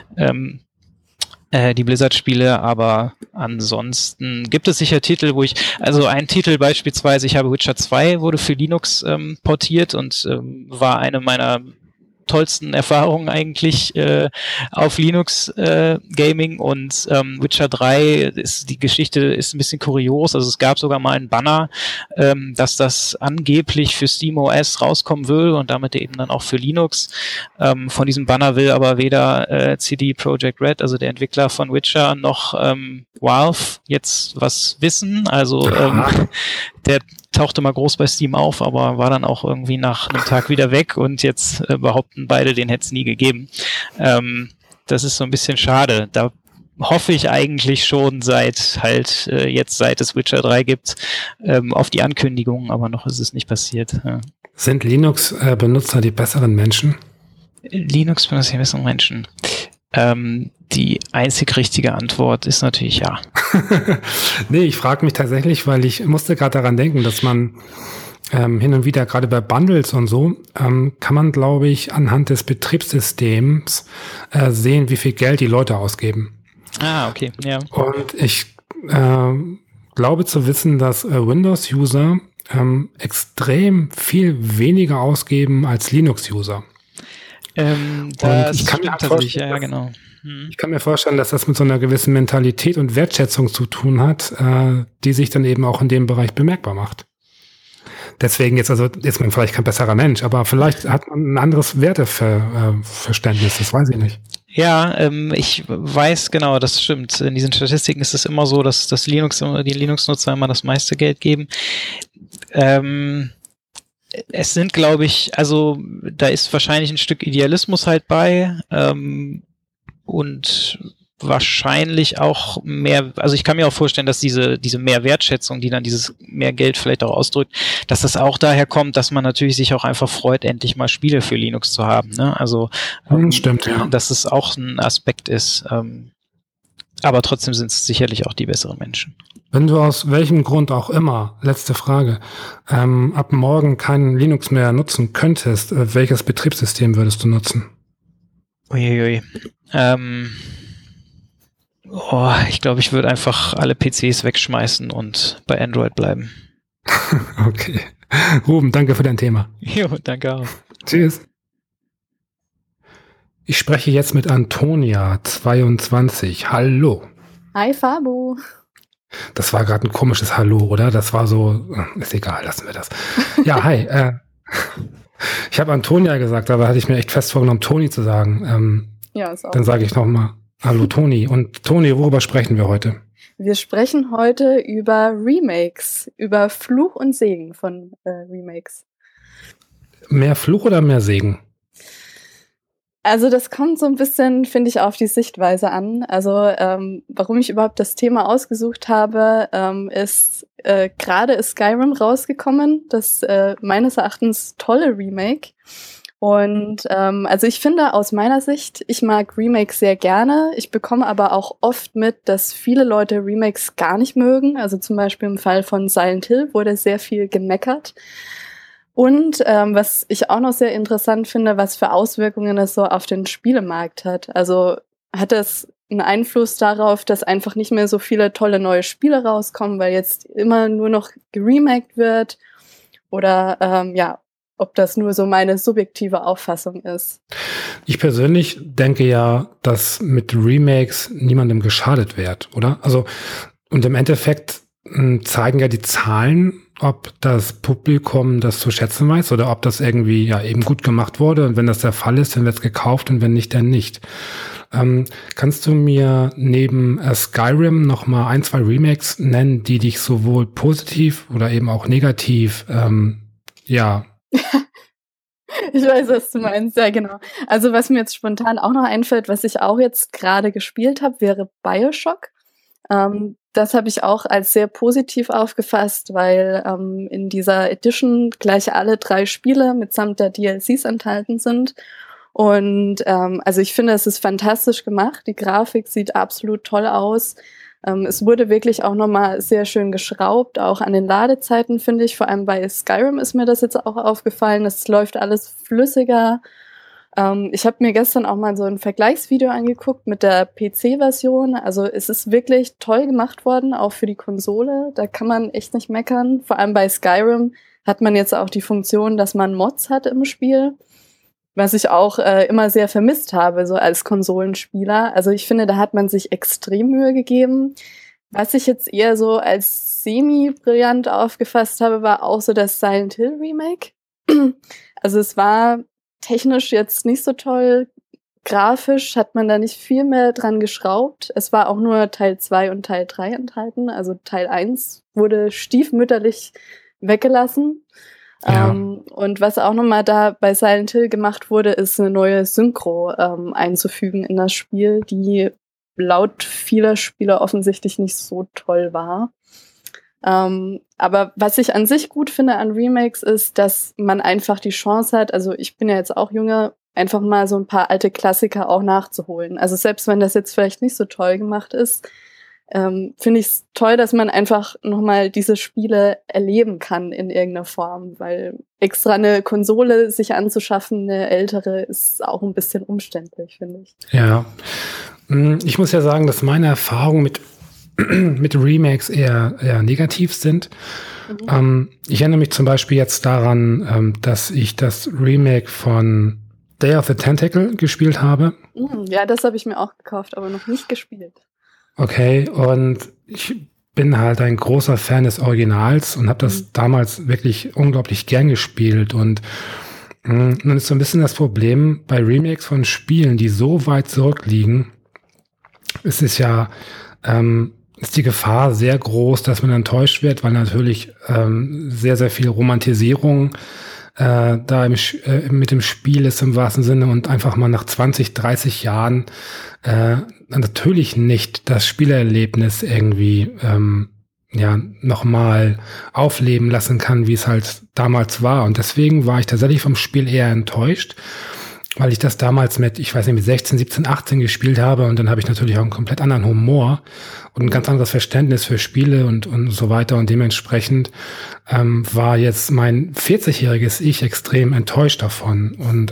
Die Blizzard-Spiele, aber ansonsten gibt es sicher Titel, also ein Titel beispielsweise, ich habe Witcher 2, wurde für Linux portiert und war eine meiner tollsten Erfahrungen eigentlich auf Linux Gaming, und Witcher 3 die Geschichte ist ein bisschen kurios. Also es gab sogar mal einen Banner, dass das angeblich für SteamOS rauskommen will und damit eben dann auch für Linux. Von diesem Banner will aber weder CD Projekt Red, also der Entwickler von Witcher, noch Valve jetzt was wissen. Also der tauchte mal groß bei Steam auf, aber war dann auch irgendwie nach einem Tag wieder weg, und jetzt behaupten beide, den hätte es nie gegeben. Das ist so ein bisschen schade. Da hoffe ich eigentlich schon seit es Witcher 3 gibt, auf die Ankündigung, aber noch ist es nicht passiert. Ja. Sind Linux-Benutzer die besseren Menschen? Linux-Benutzer die besseren Menschen? Die einzig richtige Antwort ist natürlich ja. Nee, ich frage mich tatsächlich, weil ich musste gerade daran denken, dass man hin und wieder, gerade bei Bundles und so, kann man, glaube ich, anhand des Betriebssystems sehen, wie viel Geld die Leute ausgeben. Ah, okay, ja. Und ich glaube zu wissen, dass Windows-User extrem viel weniger ausgeben als Linux-User. Das stimmt tatsächlich, ja, genau. Ich kann mir vorstellen, dass das mit so einer gewissen Mentalität und Wertschätzung zu tun hat, die sich dann eben auch in dem Bereich bemerkbar macht. Deswegen ist man vielleicht kein besserer Mensch, aber vielleicht hat man ein anderes Werteverständnis, das weiß ich nicht. Ja, ich weiß genau, das stimmt. In diesen Statistiken ist es immer so, dass die Linux-Nutzer immer das meiste Geld geben. Es sind, glaube ich, also da ist wahrscheinlich ein Stück Idealismus halt bei, und wahrscheinlich auch mehr, also ich kann mir auch vorstellen, dass diese mehr Wertschätzung, die dann dieses mehr Geld vielleicht auch ausdrückt, dass das auch daher kommt, dass man natürlich sich auch einfach freut, endlich mal Spiele für Linux zu haben, ne? Also stimmt, ja. Dass es auch ein Aspekt ist, aber trotzdem sind es sicherlich auch die besseren Menschen. Wenn du aus welchem Grund auch immer, letzte Frage, ab morgen keinen Linux mehr nutzen könntest, welches Betriebssystem würdest du nutzen? Uiuiui. Ich glaube, ich würde einfach alle PCs wegschmeißen und bei Android bleiben. Okay. Ruben, danke für dein Thema. Jo, danke auch. Tschüss. Ich spreche jetzt mit Antonia, 22. Hallo. Hi, Fabo. Das war gerade ein komisches Hallo, oder? Das war so, ist egal, lassen wir das. Ja, hi. Ich habe Antonia gesagt, aber hatte ich mir echt fest vorgenommen, Toni zu sagen. Ja, ist auch. Dann sage ich nochmal, hallo Toni. Und Toni, worüber sprechen wir heute? Wir sprechen heute über Remakes, über Fluch und Segen von Remakes. Mehr Fluch oder mehr Segen? Also das kommt so ein bisschen, finde ich, auf die Sichtweise an. Also warum ich überhaupt das Thema ausgesucht habe, ist, gerade ist Skyrim rausgekommen, das meines Erachtens tolle Remake. Und also ich finde aus meiner Sicht, ich mag Remakes sehr gerne. Ich bekomme aber auch oft mit, dass viele Leute Remakes gar nicht mögen. Also zum Beispiel im Fall von Silent Hill wurde sehr viel gemeckert. Und was ich auch noch sehr interessant finde, was für Auswirkungen es so auf den Spielemarkt hat. Also hat das einen Einfluss darauf, dass einfach nicht mehr so viele tolle neue Spiele rauskommen, weil jetzt immer nur noch geremaked wird? Oder ob das nur so meine subjektive Auffassung ist. Ich persönlich denke ja, dass mit Remakes niemandem geschadet wird, oder? Also, und im Endeffekt zeigen ja die Zahlen, ob das Publikum das zu schätzen weiß oder ob das irgendwie ja eben gut gemacht wurde. Und wenn das der Fall ist, dann wird es gekauft und wenn nicht, dann nicht. Kannst du mir neben Skyrim noch mal 1, 2 Remakes nennen, die dich sowohl positiv oder eben auch negativ, Ich weiß, was du meinst, ja genau. Also was mir jetzt spontan auch noch einfällt, was ich auch jetzt gerade gespielt habe, wäre BioShock. Das habe ich auch als sehr positiv aufgefasst, weil in dieser Edition gleich alle 3 Spiele mitsamt der DLCs enthalten sind. Und also ich finde, es ist fantastisch gemacht. Die Grafik sieht absolut toll aus. Es wurde wirklich auch nochmal sehr schön geschraubt, auch an den Ladezeiten, finde ich. Vor allem bei Skyrim ist mir das jetzt auch aufgefallen. Es läuft alles flüssiger. Ich habe mir gestern auch mal so ein Vergleichsvideo angeguckt mit der PC-Version. Also es ist wirklich toll gemacht worden, auch für die Konsole. Da kann man echt nicht meckern. Vor allem bei Skyrim hat man jetzt auch die Funktion, dass man Mods hat im Spiel. was ich auch immer sehr vermisst habe, so als Konsolenspieler. Also ich finde, da hat man sich extrem Mühe gegeben. Was ich jetzt eher so als semi-brillant aufgefasst habe, war auch so das Silent Hill Remake. Also es war technisch jetzt nicht so toll. Grafisch hat man da nicht viel mehr dran geschraubt. Es war auch nur Teil 2 und Teil 3 enthalten. Also Teil 1 wurde stiefmütterlich weggelassen. Ja. Und was auch nochmal da bei Silent Hill gemacht wurde, ist eine neue Synchro einzufügen in das Spiel, die laut vieler Spieler offensichtlich nicht so toll war. Aber was ich an sich gut finde an Remakes ist, dass man einfach die Chance hat, also ich bin ja jetzt auch jünger, einfach mal so ein paar alte Klassiker auch nachzuholen. Also selbst wenn das jetzt vielleicht nicht so toll gemacht ist, finde ich es toll, dass man einfach nochmal diese Spiele erleben kann in irgendeiner Form, weil extra eine Konsole sich anzuschaffen, eine ältere, ist auch ein bisschen umständlich, finde ich. Ja, ich muss ja sagen, dass meine Erfahrungen mit Remakes eher negativ sind. Ich erinnere mich zum Beispiel jetzt daran, dass ich das Remake von Day of the Tentacle gespielt habe. Ja, das habe ich mir auch gekauft, aber noch nicht gespielt. Okay, und ich bin halt ein großer Fan des Originals und habe das damals wirklich unglaublich gern gespielt. Und nun ist so ein bisschen das Problem bei Remakes von Spielen, die so weit zurückliegen, ist es ja, ist die Gefahr sehr groß, dass man enttäuscht wird, weil natürlich sehr, sehr viel Romantisierung da mit dem Spiel ist im wahrsten Sinne und einfach mal nach 20, 30 Jahren natürlich nicht das Spielerlebnis irgendwie nochmal aufleben lassen kann, wie es halt damals war. Und deswegen war ich tatsächlich vom Spiel eher enttäuscht, weil ich das damals mit 16, 17, 18 gespielt habe und dann habe ich natürlich auch einen komplett anderen Humor und ein ganz anderes Verständnis für Spiele und so weiter und dementsprechend war jetzt mein 40-jähriges Ich extrem enttäuscht davon und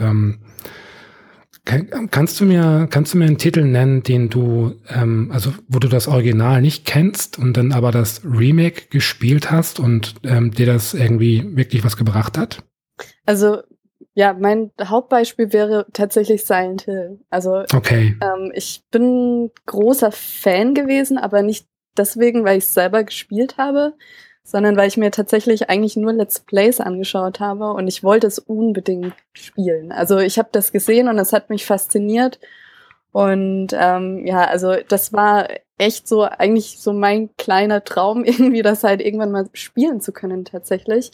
kannst du mir einen Titel nennen, den du, wo du das Original nicht kennst und dann aber das Remake gespielt hast und dir das irgendwie wirklich was gebracht hat? Also ja, mein Hauptbeispiel wäre tatsächlich Silent Hill. Also okay. Ich bin großer Fan gewesen, aber nicht deswegen, weil ich es selber gespielt habe, sondern weil ich mir tatsächlich eigentlich nur Let's Plays angeschaut habe und ich wollte es unbedingt spielen. Also ich habe das gesehen und es hat mich fasziniert und also das war echt so eigentlich so mein kleiner Traum, irgendwie das halt irgendwann mal spielen zu können tatsächlich.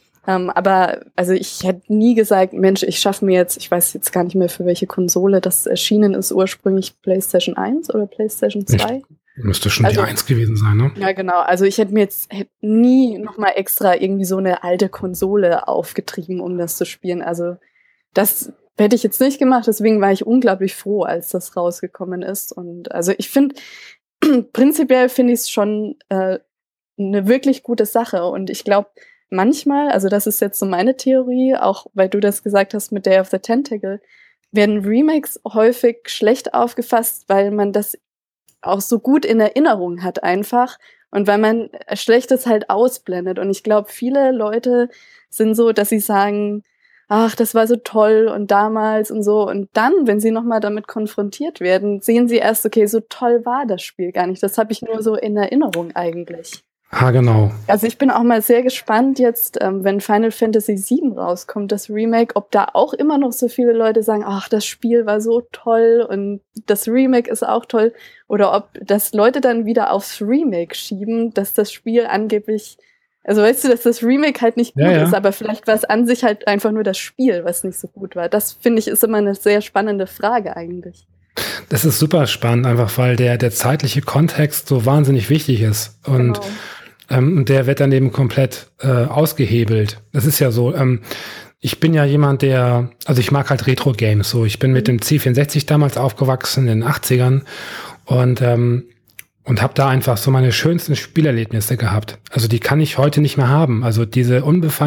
Aber also ich hätte nie gesagt, Mensch, ich schaffe mir jetzt, ich weiß jetzt gar nicht mehr, für welche Konsole das erschienen ist, ursprünglich PlayStation 1 oder PlayStation 2. Müsste schon die 1 gewesen sein, ne? Ja, genau. Also ich hätte mir jetzt nie nochmal extra irgendwie so eine alte Konsole aufgetrieben, um das zu spielen. Also das hätte ich jetzt nicht gemacht, deswegen war ich unglaublich froh, als das rausgekommen ist. Und also ich finde, prinzipiell finde ich es schon eine wirklich gute Sache und ich glaube, manchmal, also das ist jetzt so meine Theorie, auch weil du das gesagt hast mit Day of the Tentacle, werden Remakes häufig schlecht aufgefasst, weil man das auch so gut in Erinnerung hat einfach und weil man Schlechtes halt ausblendet. Und ich glaube, viele Leute sind so, dass sie sagen, ach, das war so toll und damals und so. Und dann, wenn sie nochmal damit konfrontiert werden, sehen sie erst, okay, so toll war das Spiel gar nicht. Das habe ich nur so in Erinnerung eigentlich. Ah, genau. Also ich bin auch mal sehr gespannt jetzt, wenn Final Fantasy VII rauskommt, das Remake, ob da auch immer noch so viele Leute sagen, ach, das Spiel war so toll und das Remake ist auch toll. Oder ob das Leute dann wieder aufs Remake schieben, dass das Spiel angeblich, also weißt du, dass das Remake halt nicht gut ist, aber vielleicht war es an sich halt einfach nur das Spiel, was nicht so gut war. Das, finde ich, ist immer eine sehr spannende Frage eigentlich. Das ist super spannend, einfach weil der zeitliche Kontext so wahnsinnig wichtig ist. Und der wird dann eben komplett ausgehebelt. Das ist ja so, ich bin ja jemand, also ich mag halt Retro-Games so. Ich bin mit dem C64 damals aufgewachsen in den 80ern und habe da einfach so meine schönsten Spielerlebnisse gehabt. Also die kann ich heute nicht mehr haben. Also diese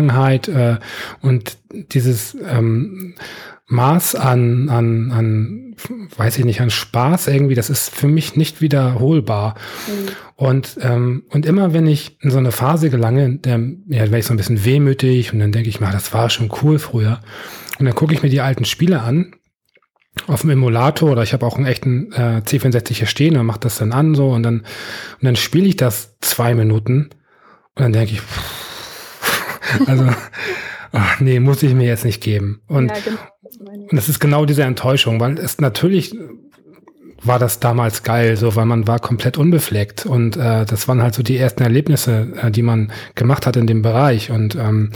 Unbefangenheit und dieses Maß an weiß ich nicht, an Spaß irgendwie, das ist für mich nicht wiederholbar. Und immer wenn ich in so eine Phase gelange, werde ich so ein bisschen wehmütig und dann denke ich mir, das war schon cool früher. Und dann gucke ich mir die alten Spiele an, auf dem Emulator, oder ich habe auch einen echten C64 hier stehen und mache das dann an so und dann spiele ich das 2 Minuten und dann denke ich, also ach, nee, muss ich mir jetzt nicht geben. Und das ist genau diese Enttäuschung, weil es natürlich war das damals geil, so, weil man war komplett unbefleckt und das waren halt so die ersten Erlebnisse, die man gemacht hat in dem Bereich und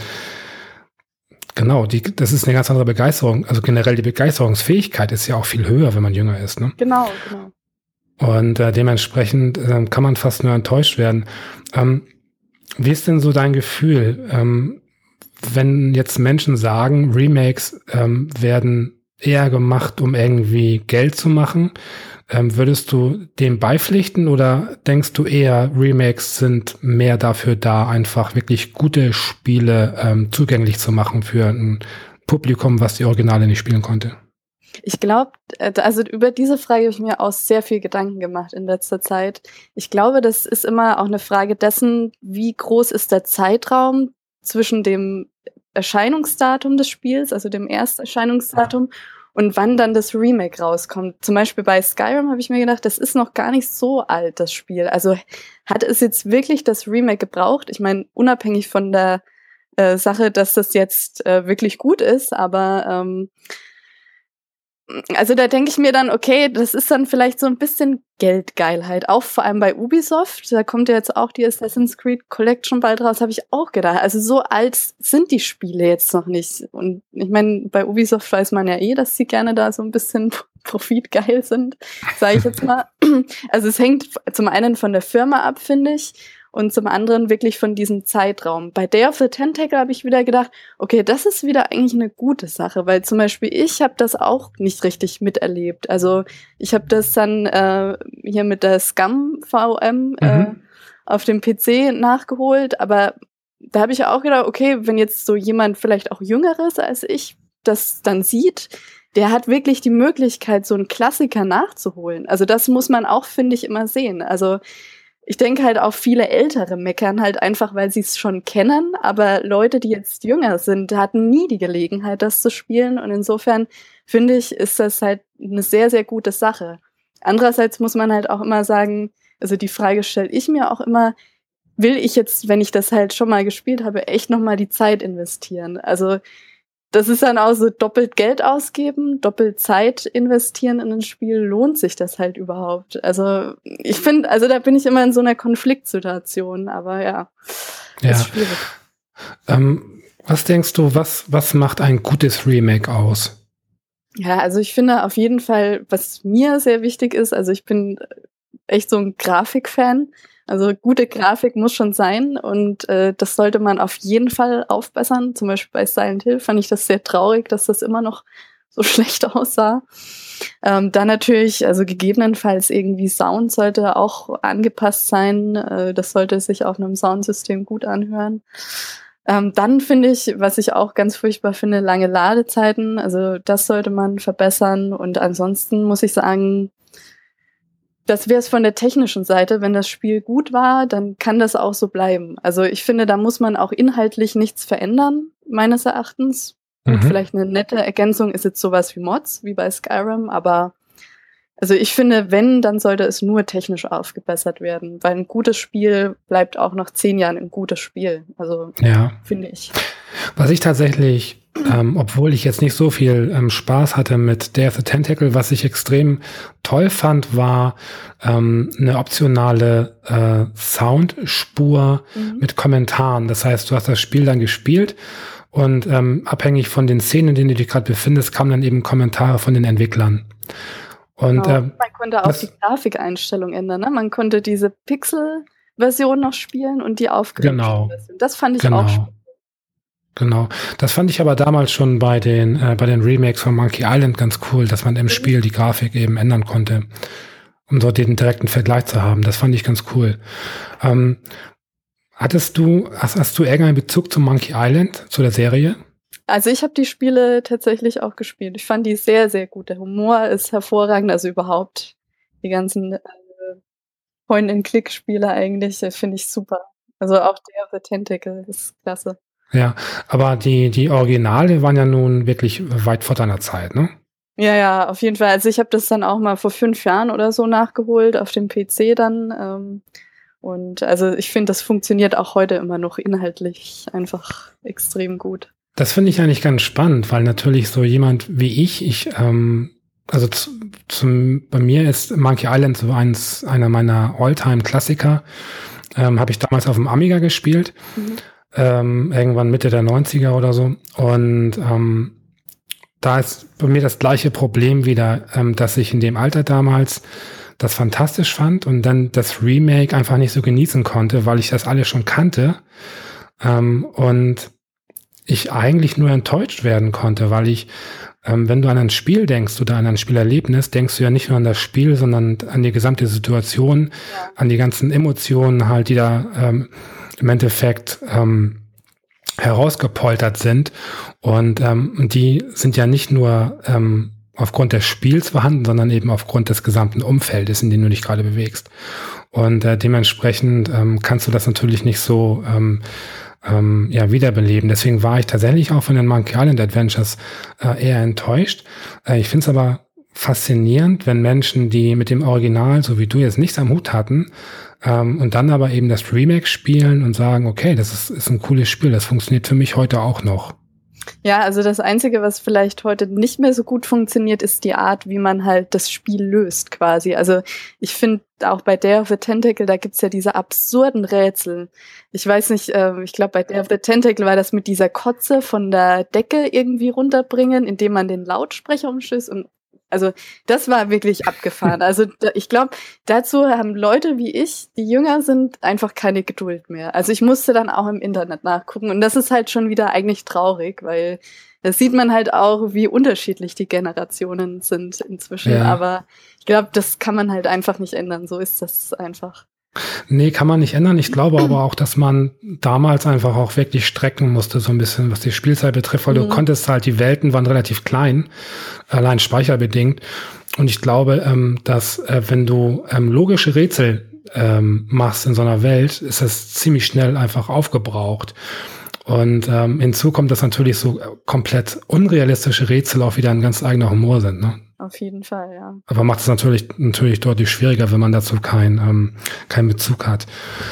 genau, das ist eine ganz andere Begeisterung. Also generell die Begeisterungsfähigkeit ist ja auch viel höher, wenn man jünger ist, ne? Genau. Und dementsprechend kann man fast nur enttäuscht werden. Wie ist denn so dein Gefühl, wenn jetzt Menschen sagen, Remakes werden eher gemacht, um irgendwie Geld zu machen? Würdest du dem beipflichten oder denkst du eher, Remakes sind mehr dafür da, einfach wirklich gute Spiele zugänglich zu machen für ein Publikum, was die Originale nicht spielen konnte? Ich glaube, also über diese Frage habe ich mir auch sehr viel Gedanken gemacht in letzter Zeit. Ich glaube, das ist immer auch eine Frage dessen, wie groß ist der Zeitraum zwischen dem Erscheinungsdatum des Spiels, also dem Ersterscheinungsdatum, und wann dann das Remake rauskommt. Zum Beispiel bei Skyrim habe ich mir gedacht, das ist noch gar nicht so alt, das Spiel. Also hat es jetzt wirklich das Remake gebraucht? Ich meine, unabhängig von der Sache, dass das jetzt wirklich gut ist, aber also da denke ich mir dann, okay, das ist dann vielleicht so ein bisschen Geldgeilheit. Auch vor allem bei Ubisoft, da kommt ja jetzt auch die Assassin's Creed Collection bald raus, habe ich auch gedacht. Also so alt sind die Spiele jetzt noch nicht. Und ich meine, bei Ubisoft weiß man ja dass sie gerne da so ein bisschen profitgeil sind, sage ich jetzt mal. Also es hängt zum einen von der Firma ab, finde ich, und zum anderen wirklich von diesem Zeitraum. Bei Day of the Tentacle habe ich wieder gedacht, okay, das ist wieder eigentlich eine gute Sache, weil zum Beispiel ich habe das auch nicht richtig miterlebt. Also ich habe das dann hier mit der Scum VM auf dem PC nachgeholt, aber da habe ich ja auch gedacht, okay, wenn jetzt so jemand vielleicht auch Jüngeres als ich das dann sieht, der hat wirklich die Möglichkeit, so einen Klassiker nachzuholen. Also das muss man auch, finde ich, immer sehen. Also ich denke halt auch viele Ältere meckern halt einfach, weil sie es schon kennen, aber Leute, die jetzt jünger sind, hatten nie die Gelegenheit, das zu spielen und insofern finde ich, ist das halt eine sehr, sehr gute Sache. Andererseits muss man halt auch immer sagen, also die Frage stelle ich mir auch immer, will ich jetzt, wenn ich das halt schon mal gespielt habe, echt nochmal die Zeit investieren? Also das ist dann auch so doppelt Geld ausgeben, doppelt Zeit investieren in ein Spiel, lohnt sich das halt überhaupt? Also ich finde, also da bin ich immer in so einer Konfliktsituation, aber ja. Ist schwierig. Was denkst du, was macht ein gutes Remake aus? Ja, also ich finde auf jeden Fall, was mir sehr wichtig ist, also ich bin echt so ein Grafikfan. Also gute Grafik muss schon sein und das sollte man auf jeden Fall aufbessern. Zum Beispiel bei Silent Hill fand ich das sehr traurig, dass das immer noch so schlecht aussah. Dann natürlich, also gegebenenfalls irgendwie Sound sollte auch angepasst sein. Das sollte sich auf einem Soundsystem gut anhören. Dann finde ich, was ich auch ganz furchtbar finde, lange Ladezeiten. Also das sollte man verbessern und ansonsten muss ich sagen, das wäre es von der technischen Seite. Wenn das Spiel gut war, dann kann das auch so bleiben. Also ich finde, da muss man auch inhaltlich nichts verändern, meines Erachtens. Gut, vielleicht eine nette Ergänzung ist jetzt sowas wie Mods, wie bei Skyrim, aber also ich finde, wenn, dann sollte es nur technisch aufgebessert werden, weil ein gutes Spiel bleibt auch nach 10 Jahren ein gutes Spiel. Also finde ich. Was ich tatsächlich, obwohl ich jetzt nicht so viel Spaß hatte mit Day of the Tentacle, was ich extrem toll fand, war eine optionale Soundspur mit Kommentaren. Das heißt, du hast das Spiel dann gespielt und abhängig von den Szenen, in denen du dich gerade befindest, kamen dann eben Kommentare von den Entwicklern. Und man konnte auch die Grafikeinstellung ändern, ne? Man konnte diese Pixel-Version noch spielen und die aufgerenderte Version. Das fand ich auch spannend. Genau. Das fand ich aber damals schon bei den Remakes von Monkey Island ganz cool, dass man im Spiel die Grafik eben ändern konnte, um dort den direkten Vergleich zu haben. Das fand ich ganz cool. Hast du irgendeinen Bezug zu Monkey Island, zu der Serie? Also ich habe die Spiele tatsächlich auch gespielt. Ich fand die sehr, sehr gut. Der Humor ist hervorragend, also überhaupt die ganzen Point-and-Click-Spiele eigentlich finde ich super. Also auch Day of the Tentacle ist klasse. Ja, aber die Originale waren ja nun wirklich weit vor deiner Zeit, ne? Ja, auf jeden Fall. Also ich habe das dann auch mal vor 5 Jahren oder so nachgeholt, auf dem PC dann. Und also ich finde, das funktioniert auch heute immer noch inhaltlich einfach extrem gut. Das finde ich eigentlich ganz spannend, weil natürlich so jemand wie ich also bei mir ist Monkey Island so einer meiner All-Time-Klassiker. Habe ich damals auf dem Amiga gespielt, irgendwann Mitte der 90er oder so. Und da ist bei mir das gleiche Problem wieder, dass ich in dem Alter damals das fantastisch fand und dann das Remake einfach nicht so genießen konnte, weil ich das alles schon kannte. Und ich eigentlich nur enttäuscht werden konnte, weil ich, wenn du an ein Spiel denkst oder an ein Spielerlebnis, denkst du ja nicht nur an das Spiel, sondern an die gesamte Situation, an die ganzen Emotionen halt, die da im Endeffekt herausgepoltert sind. Und die sind ja nicht nur aufgrund des Spiels vorhanden, sondern eben aufgrund des gesamten Umfeldes, in dem du dich gerade bewegst. Und dementsprechend kannst du das natürlich nicht so wiederbeleben. Deswegen war ich tatsächlich auch von den Monkey Island Adventures eher enttäuscht. Ich finde es aber faszinierend, wenn Menschen, die mit dem Original, so wie du jetzt, nichts am Hut hatten, und dann aber eben das Remake spielen und sagen, okay, das ist ein cooles Spiel, das funktioniert für mich heute auch noch. Ja, also das Einzige, was vielleicht heute nicht mehr so gut funktioniert, ist die Art, wie man halt das Spiel löst quasi. Also ich finde auch bei Day of the Tentacle, da gibt's ja diese absurden Rätsel. Ich weiß nicht, ich glaube bei Day of the Tentacle war das mit dieser Kotze von der Decke irgendwie runterbringen, indem man den Lautsprecher umstößt und also das war wirklich abgefahren. Also ich glaube, dazu haben Leute wie ich, die jünger sind, einfach keine Geduld mehr. Also ich musste dann auch im Internet nachgucken und das ist halt schon wieder eigentlich traurig, weil das sieht man halt auch, wie unterschiedlich die Generationen sind inzwischen. Ja. Aber ich glaube, das kann man halt einfach nicht ändern. So ist das einfach. Nee, kann man nicht ändern. Ich glaube aber auch, dass man damals einfach auch wirklich strecken musste, so ein bisschen, was die Spielzeit betrifft, weil du konntest halt, die Welten waren relativ klein, allein speicherbedingt. Und ich glaube, dass wenn du logische Rätsel machst in so einer Welt, ist das ziemlich schnell einfach aufgebraucht. Und hinzu kommt, dass natürlich so komplett unrealistische Rätsel auch wieder ein ganz eigener Humor sind, ne? Auf jeden Fall, ja. Aber macht es natürlich deutlich schwieriger, wenn man dazu keinen Bezug hat.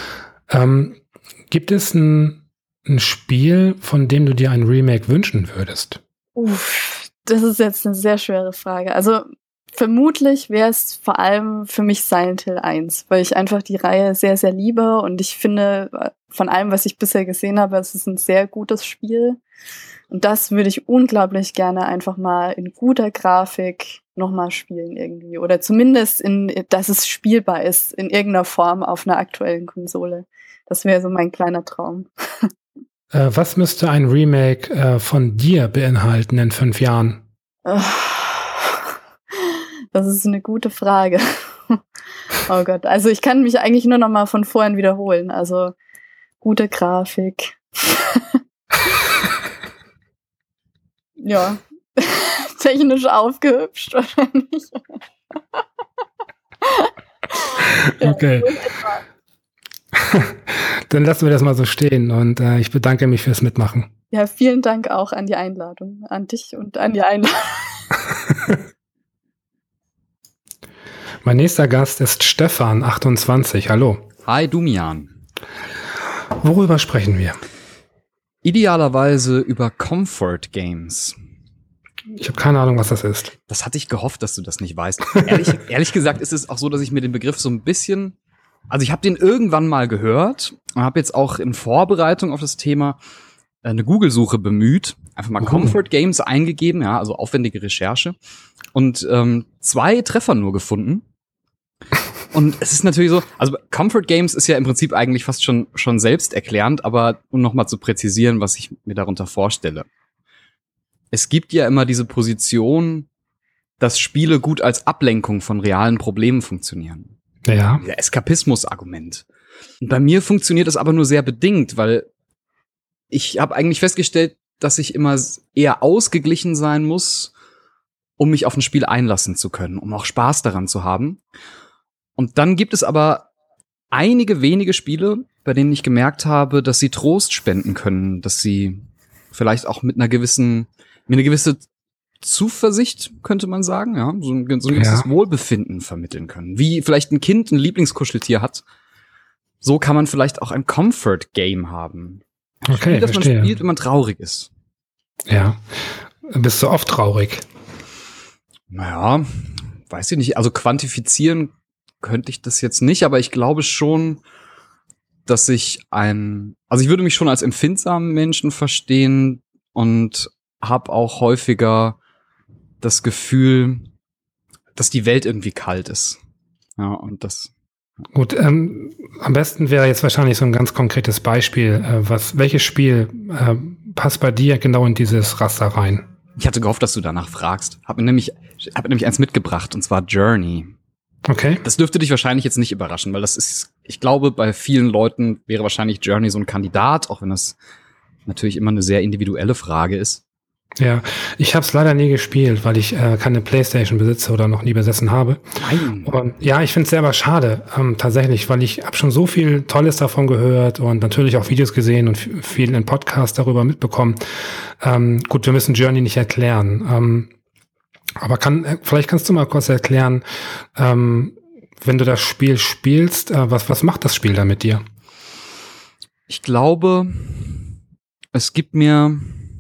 Gibt es ein Spiel, von dem du dir ein Remake wünschen würdest? Das ist jetzt eine sehr schwere Frage. Also vermutlich wäre es vor allem für mich Silent Hill 1, weil ich einfach die Reihe sehr, sehr liebe und ich finde, von allem, was ich bisher gesehen habe, es ist ein sehr gutes Spiel. Und das würde ich unglaublich gerne einfach mal in guter Grafik nochmal spielen irgendwie. Oder zumindest, dass es spielbar ist in irgendeiner Form auf einer aktuellen Konsole. Das wäre so mein kleiner Traum. Was müsste ein Remake von dir beinhalten in 5 Jahren? Das ist eine gute Frage. Oh Gott, also ich kann mich eigentlich nur noch mal von vorhin wiederholen. Also gute Grafik. Ja, technisch aufgehübscht wahrscheinlich. Okay. Dann lassen wir das mal so stehen und ich bedanke mich fürs Mitmachen. Ja, vielen Dank auch an die Einladung, an dich und an die Einladung. Mein nächster Gast ist Stefan, 28. Hallo. Hi, Dumian. Worüber sprechen wir? Idealerweise über Comfort Games. Ich habe keine Ahnung, was das ist. Das hatte ich gehofft, dass du das nicht weißt. Ehrlich gesagt ist es auch so, dass ich mir den Begriff so ein bisschen... Also ich habe den irgendwann mal gehört und habe jetzt auch in Vorbereitung auf das Thema eine Google-Suche bemüht. Einfach mal Comfort Games eingegeben, ja, also aufwendige Recherche. Und 2 Treffer nur gefunden. Und es ist natürlich so, also Comfort Games ist ja im Prinzip eigentlich fast schon selbsterklärend, aber um nochmal zu präzisieren, was ich mir darunter vorstelle. Es gibt ja immer diese Position, dass Spiele gut als Ablenkung von realen Problemen funktionieren. Ja. Der Eskapismus-Argument. Und bei mir funktioniert das aber nur sehr bedingt, weil ich habe eigentlich festgestellt, dass ich immer eher ausgeglichen sein muss, um mich auf ein Spiel einlassen zu können, um auch Spaß daran zu haben. Und dann gibt es aber einige wenige Spiele, bei denen ich gemerkt habe, dass sie Trost spenden können, dass sie vielleicht auch mir eine gewisse Zuversicht, könnte man sagen, ja, so ein gewisses Wohlbefinden vermitteln können. Wie vielleicht ein Kind ein Lieblingskuscheltier hat, so kann man vielleicht auch ein Comfort-Game haben. Okay, Spiel, das verstehe. man spielt, wenn man traurig ist. Ja. Bist du oft traurig? Naja, weiß ich nicht. Also quantifizieren könnte ich das jetzt nicht, aber ich glaube schon, dass ich würde mich schon als empfindsamen Menschen verstehen und habe auch häufiger das Gefühl, dass die Welt irgendwie kalt ist. Ja, und das. Gut, am besten wäre jetzt wahrscheinlich so ein ganz konkretes Beispiel. Welches Spiel passt bei dir genau in dieses Raster rein? Ich hatte gehofft, dass du danach fragst. Hab mir nämlich eins mitgebracht, und zwar Journey. Okay. Das dürfte dich wahrscheinlich jetzt nicht überraschen, weil das ist, ich glaube, bei vielen Leuten wäre wahrscheinlich Journey so ein Kandidat, auch wenn das natürlich immer eine sehr individuelle Frage ist. Ja, ich habe es leider nie gespielt, weil ich keine PlayStation besitze oder noch nie besessen habe. Nein. Und ja, ich finde es selber schade, tatsächlich, weil ich habe schon so viel Tolles davon gehört und natürlich auch Videos gesehen und viel in Podcasts darüber mitbekommen. Gut, wir müssen Journey nicht erklären. Aber vielleicht kannst du mal kurz erklären, wenn du das Spiel spielst, was macht das Spiel da mit dir? Ich glaube, es gibt mir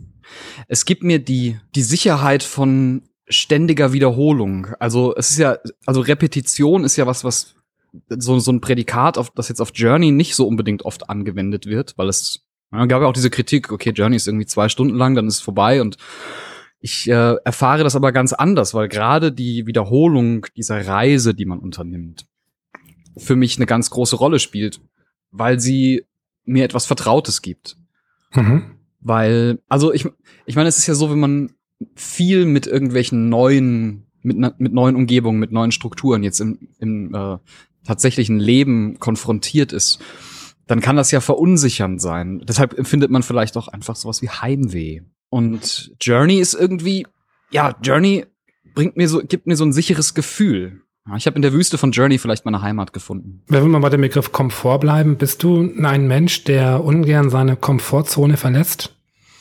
die Sicherheit von ständiger Wiederholung. Also Repetition ist ja was so ein Prädikat, das jetzt auf Journey nicht so unbedingt oft angewendet wird, weil es gab ja auch diese Kritik, okay, Journey ist irgendwie 2 Stunden lang, dann ist es vorbei, und ich erfahre das aber ganz anders, weil gerade die Wiederholung dieser Reise, die man unternimmt, für mich eine ganz große Rolle spielt, weil sie mir etwas Vertrautes gibt. Mhm. Weil, also ich meine, es ist ja so, wenn man viel mit irgendwelchen mit neuen Umgebungen, mit neuen Strukturen jetzt im tatsächlichen Leben konfrontiert ist, dann kann das ja verunsichernd sein. Deshalb empfindet man vielleicht auch einfach sowas wie Heimweh. Und Journey ist irgendwie, Journey gibt mir so ein sicheres Gefühl. Ja, ich habe in der Wüste von Journey vielleicht meine Heimat gefunden. Wenn wir mal bei dem Begriff Komfort bleiben, bist du ein Mensch, der ungern seine Komfortzone verlässt?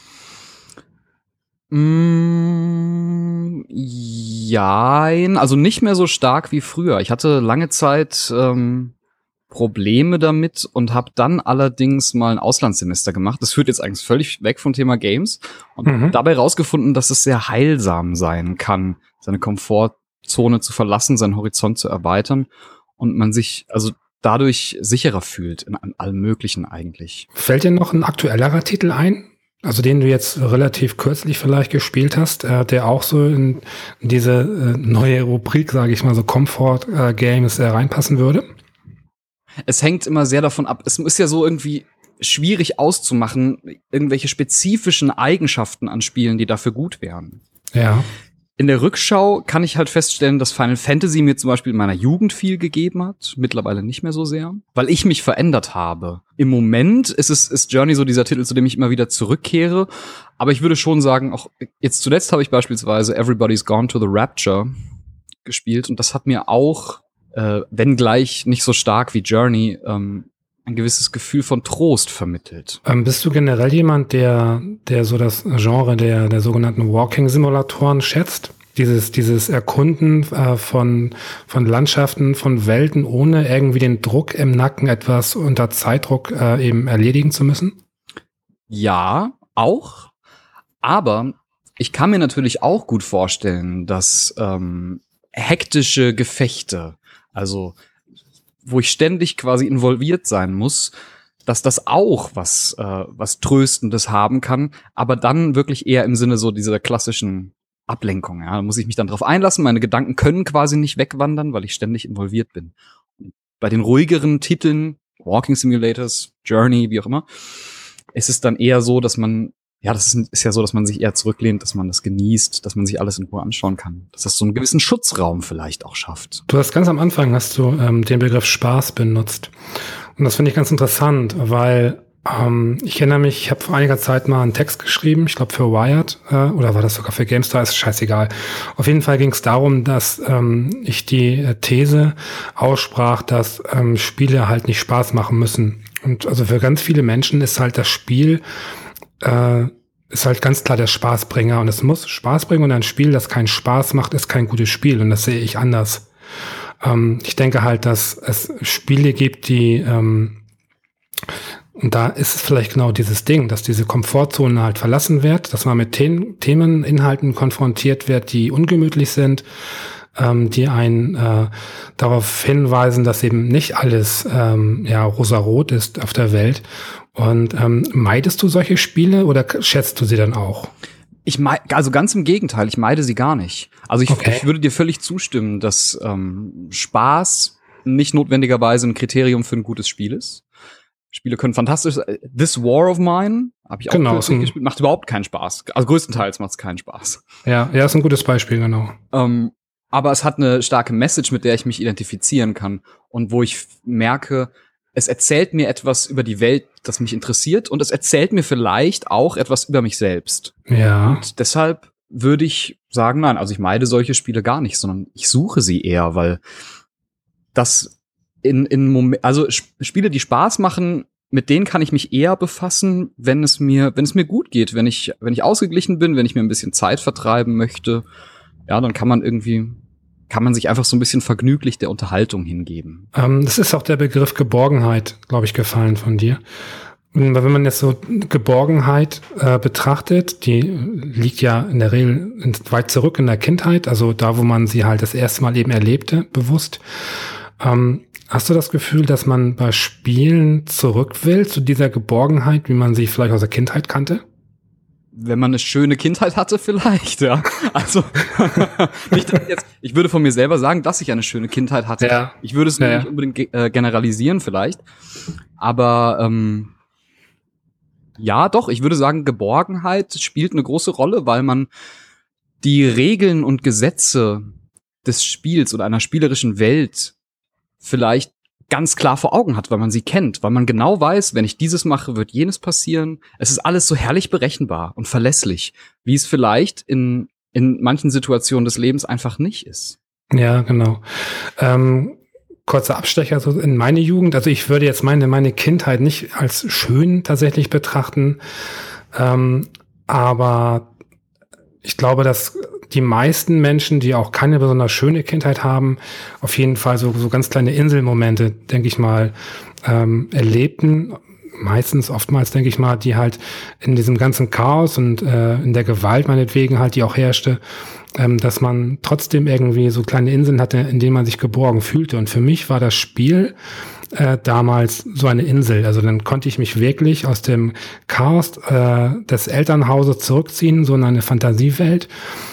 Jein, also nicht mehr so stark wie früher. Ich hatte lange Zeit Probleme damit und habe dann allerdings mal ein Auslandssemester gemacht. Das führt jetzt eigentlich völlig weg vom Thema Games und dabei rausgefunden, dass es sehr heilsam sein kann, seine Komfortzone zu verlassen, seinen Horizont zu erweitern und man sich also dadurch sicherer fühlt in allem Möglichen eigentlich. Fällt dir noch ein aktuellerer Titel ein? Also den du jetzt relativ kürzlich vielleicht gespielt hast, der auch so in diese neue Rubrik, sage ich mal, so Comfort-Games reinpassen würde? Es hängt immer sehr davon ab. Es ist ja so irgendwie schwierig auszumachen, irgendwelche spezifischen Eigenschaften an Spielen, die dafür gut wären. Ja. In der Rückschau kann ich halt feststellen, dass Final Fantasy mir zum Beispiel in meiner Jugend viel gegeben hat, mittlerweile nicht mehr so sehr, weil ich mich verändert habe. Im Moment ist Journey so dieser Titel, zu dem ich immer wieder zurückkehre, aber ich würde schon sagen, auch jetzt zuletzt habe ich beispielsweise Everybody's Gone to the Rapture gespielt und das hat mir auch, wenn gleich nicht so stark wie Journey, ein gewisses Gefühl von Trost vermittelt. Bist du generell jemand, der so das Genre der sogenannten Walking-Simulatoren schätzt? Dieses Erkunden von Landschaften, von Welten, ohne irgendwie den Druck im Nacken, etwas unter Zeitdruck eben erledigen zu müssen? Ja, auch. Aber ich kann mir natürlich auch gut vorstellen, dass hektische Gefechte, also wo ich ständig quasi involviert sein muss, dass das auch was Tröstendes haben kann, aber dann wirklich eher im Sinne so dieser klassischen Ablenkung. Ja, da muss ich mich dann drauf einlassen. Meine Gedanken können quasi nicht wegwandern, weil ich ständig involviert bin. Bei den ruhigeren Titeln, Walking Simulators, Journey, wie auch immer, ist es dann eher so, dass man das ist ja so, dass man sich eher zurücklehnt, dass man das genießt, dass man sich alles in Ruhe anschauen kann. Dass das so einen gewissen Schutzraum vielleicht auch schafft. Du hast ganz am Anfang den Begriff Spaß benutzt. Und das finde ich ganz interessant, weil Ich erinnere mich, ich habe vor einiger Zeit mal einen Text geschrieben, ich glaube für Wired, oder war das sogar für GameStar, ist scheißegal. Auf jeden Fall ging es darum, dass ich die These aussprach, dass Spiele halt nicht Spaß machen müssen. Und also für ganz viele Menschen ist halt das Spiel ist halt ganz klar der Spaßbringer. Und es muss Spaß bringen, und ein Spiel, das keinen Spaß macht, ist kein gutes Spiel. Und das sehe ich anders. Ich denke halt, dass es Spiele gibt, die und da ist es vielleicht genau dieses Ding, dass diese Komfortzone halt verlassen wird, dass man mit Themen, Inhalten konfrontiert wird, die ungemütlich sind, die einen darauf hinweisen, dass eben nicht alles rosarot ist auf der Welt. Und meidest du solche Spiele oder schätzt du sie dann auch? Also ganz im Gegenteil, ich meide sie gar nicht. Also ich würde dir völlig zustimmen, dass Spaß nicht notwendigerweise ein Kriterium für ein gutes Spiel ist. Spiele können fantastisch sein. This War of Mine habe ich auch kürzlich gespielt. Macht überhaupt keinen Spaß. Also größtenteils macht es keinen Spaß. Ja, ist ein gutes Beispiel, genau. Aber es hat eine starke Message, mit der ich mich identifizieren kann. Und wo ich merke, es erzählt mir etwas über die Welt, das mich interessiert. Und es erzählt mir vielleicht auch etwas über mich selbst. Ja. Und deshalb würde ich sagen, nein, also ich meide solche Spiele gar nicht, sondern ich suche sie eher, weil das also Spiele, die Spaß machen, mit denen kann ich mich eher befassen, wenn es mir gut geht, wenn ich ausgeglichen bin, wenn ich mir ein bisschen Zeit vertreiben möchte. Ja, dann kann man sich einfach so ein bisschen vergnüglich der Unterhaltung hingeben. Das ist auch der Begriff Geborgenheit, glaube ich, gefallen von dir. Wenn man jetzt so Geborgenheit betrachtet, die liegt ja in der Regel weit zurück in der Kindheit, also da, wo man sie halt das erste Mal eben erlebte, bewusst. Hast du das Gefühl, dass man bei Spielen zurück will zu dieser Geborgenheit, wie man sie vielleicht aus der Kindheit kannte? Wenn man eine schöne Kindheit hatte, vielleicht, ja. Also ich würde von mir selber sagen, dass ich eine schöne Kindheit hatte. Ja. Ich würde es nicht unbedingt generalisieren vielleicht. Aber ja, doch, ich würde sagen, Geborgenheit spielt eine große Rolle, weil man die Regeln und Gesetze des Spiels oder einer spielerischen Welt vielleicht ganz klar vor Augen hat, weil man sie kennt, weil man genau weiß, wenn ich dieses mache, wird jenes passieren. Es ist alles so herrlich berechenbar und verlässlich, wie es vielleicht in manchen Situationen des Lebens einfach nicht ist. Ja, genau. Kurzer Abstecher so in meine Jugend. Also ich würde jetzt meine Kindheit nicht als schön tatsächlich betrachten, aber ich glaube, dass die meisten Menschen, die auch keine besonders schöne Kindheit haben, auf jeden Fall so ganz kleine Inselmomente, denke ich mal, erlebten. Oftmals, denke ich mal, die halt in diesem ganzen Chaos und in der Gewalt meinetwegen halt, die auch herrschte, dass man trotzdem irgendwie so kleine Inseln hatte, in denen man sich geborgen fühlte. Und für mich war das Spiel damals so eine Insel. Also dann konnte ich mich wirklich aus dem Chaos des Elternhauses zurückziehen, so in eine Fantasiewelt.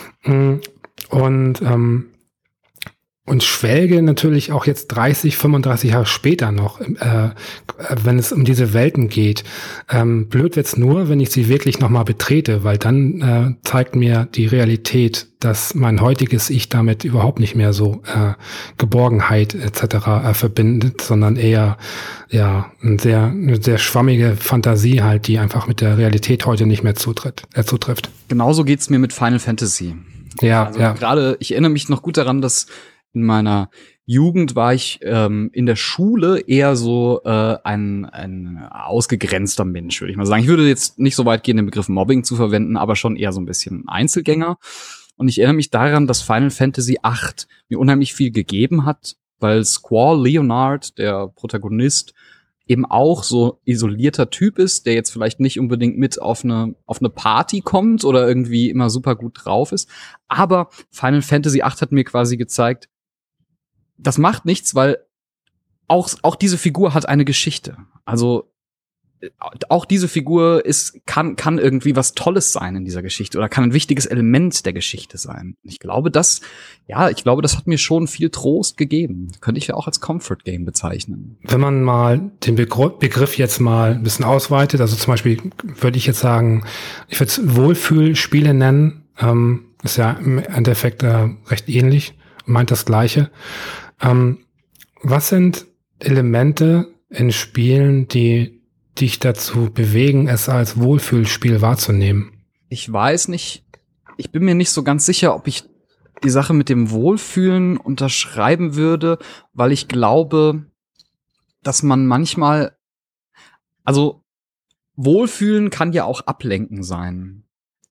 Und schwelge natürlich auch jetzt 30, 35 Jahre später noch, wenn es um diese Welten geht. Blöd wird's nur, wenn ich sie wirklich nochmal betrete, weil dann zeigt mir die Realität, dass mein heutiges Ich damit überhaupt nicht mehr so Geborgenheit etc. Verbindet, sondern eher eine sehr schwammige Fantasie halt, die einfach mit der Realität heute nicht mehr zutrifft. Genauso geht's mir mit Final Fantasy. Also gerade, ich erinnere mich noch gut daran, dass in meiner Jugend war ich in der Schule eher so ein ausgegrenzter Mensch, würde ich mal sagen. Ich würde jetzt nicht so weit gehen, den Begriff Mobbing zu verwenden, aber schon eher so ein bisschen Einzelgänger. Und ich erinnere mich daran, dass Final Fantasy VIII mir unheimlich viel gegeben hat, weil Squall Leonard, der Protagonist, eben auch so isolierter Typ ist, der jetzt vielleicht nicht unbedingt mit auf eine Party kommt oder irgendwie immer super gut drauf ist. Aber Final Fantasy VIII hat mir quasi gezeigt, das macht nichts, weil auch diese Figur hat eine Geschichte. Also auch diese Figur kann irgendwie was Tolles sein in dieser Geschichte oder kann ein wichtiges Element der Geschichte sein. Ich glaube, das hat mir schon viel Trost gegeben. Könnte ich ja auch als Comfort Game bezeichnen. Wenn man mal den Begriff jetzt mal ein bisschen ausweitet, also zum Beispiel würde ich jetzt sagen, ich würde es Wohlfühlspiele nennen, ist ja im Endeffekt recht ähnlich, meint das Gleiche. Was sind Elemente in Spielen, die dich dazu bewegen, es als Wohlfühlspiel wahrzunehmen? Ich weiß nicht, ich bin mir nicht so ganz sicher, ob ich die Sache mit dem Wohlfühlen unterschreiben würde, weil ich glaube, dass man manchmal, also Wohlfühlen kann ja auch Ablenken sein.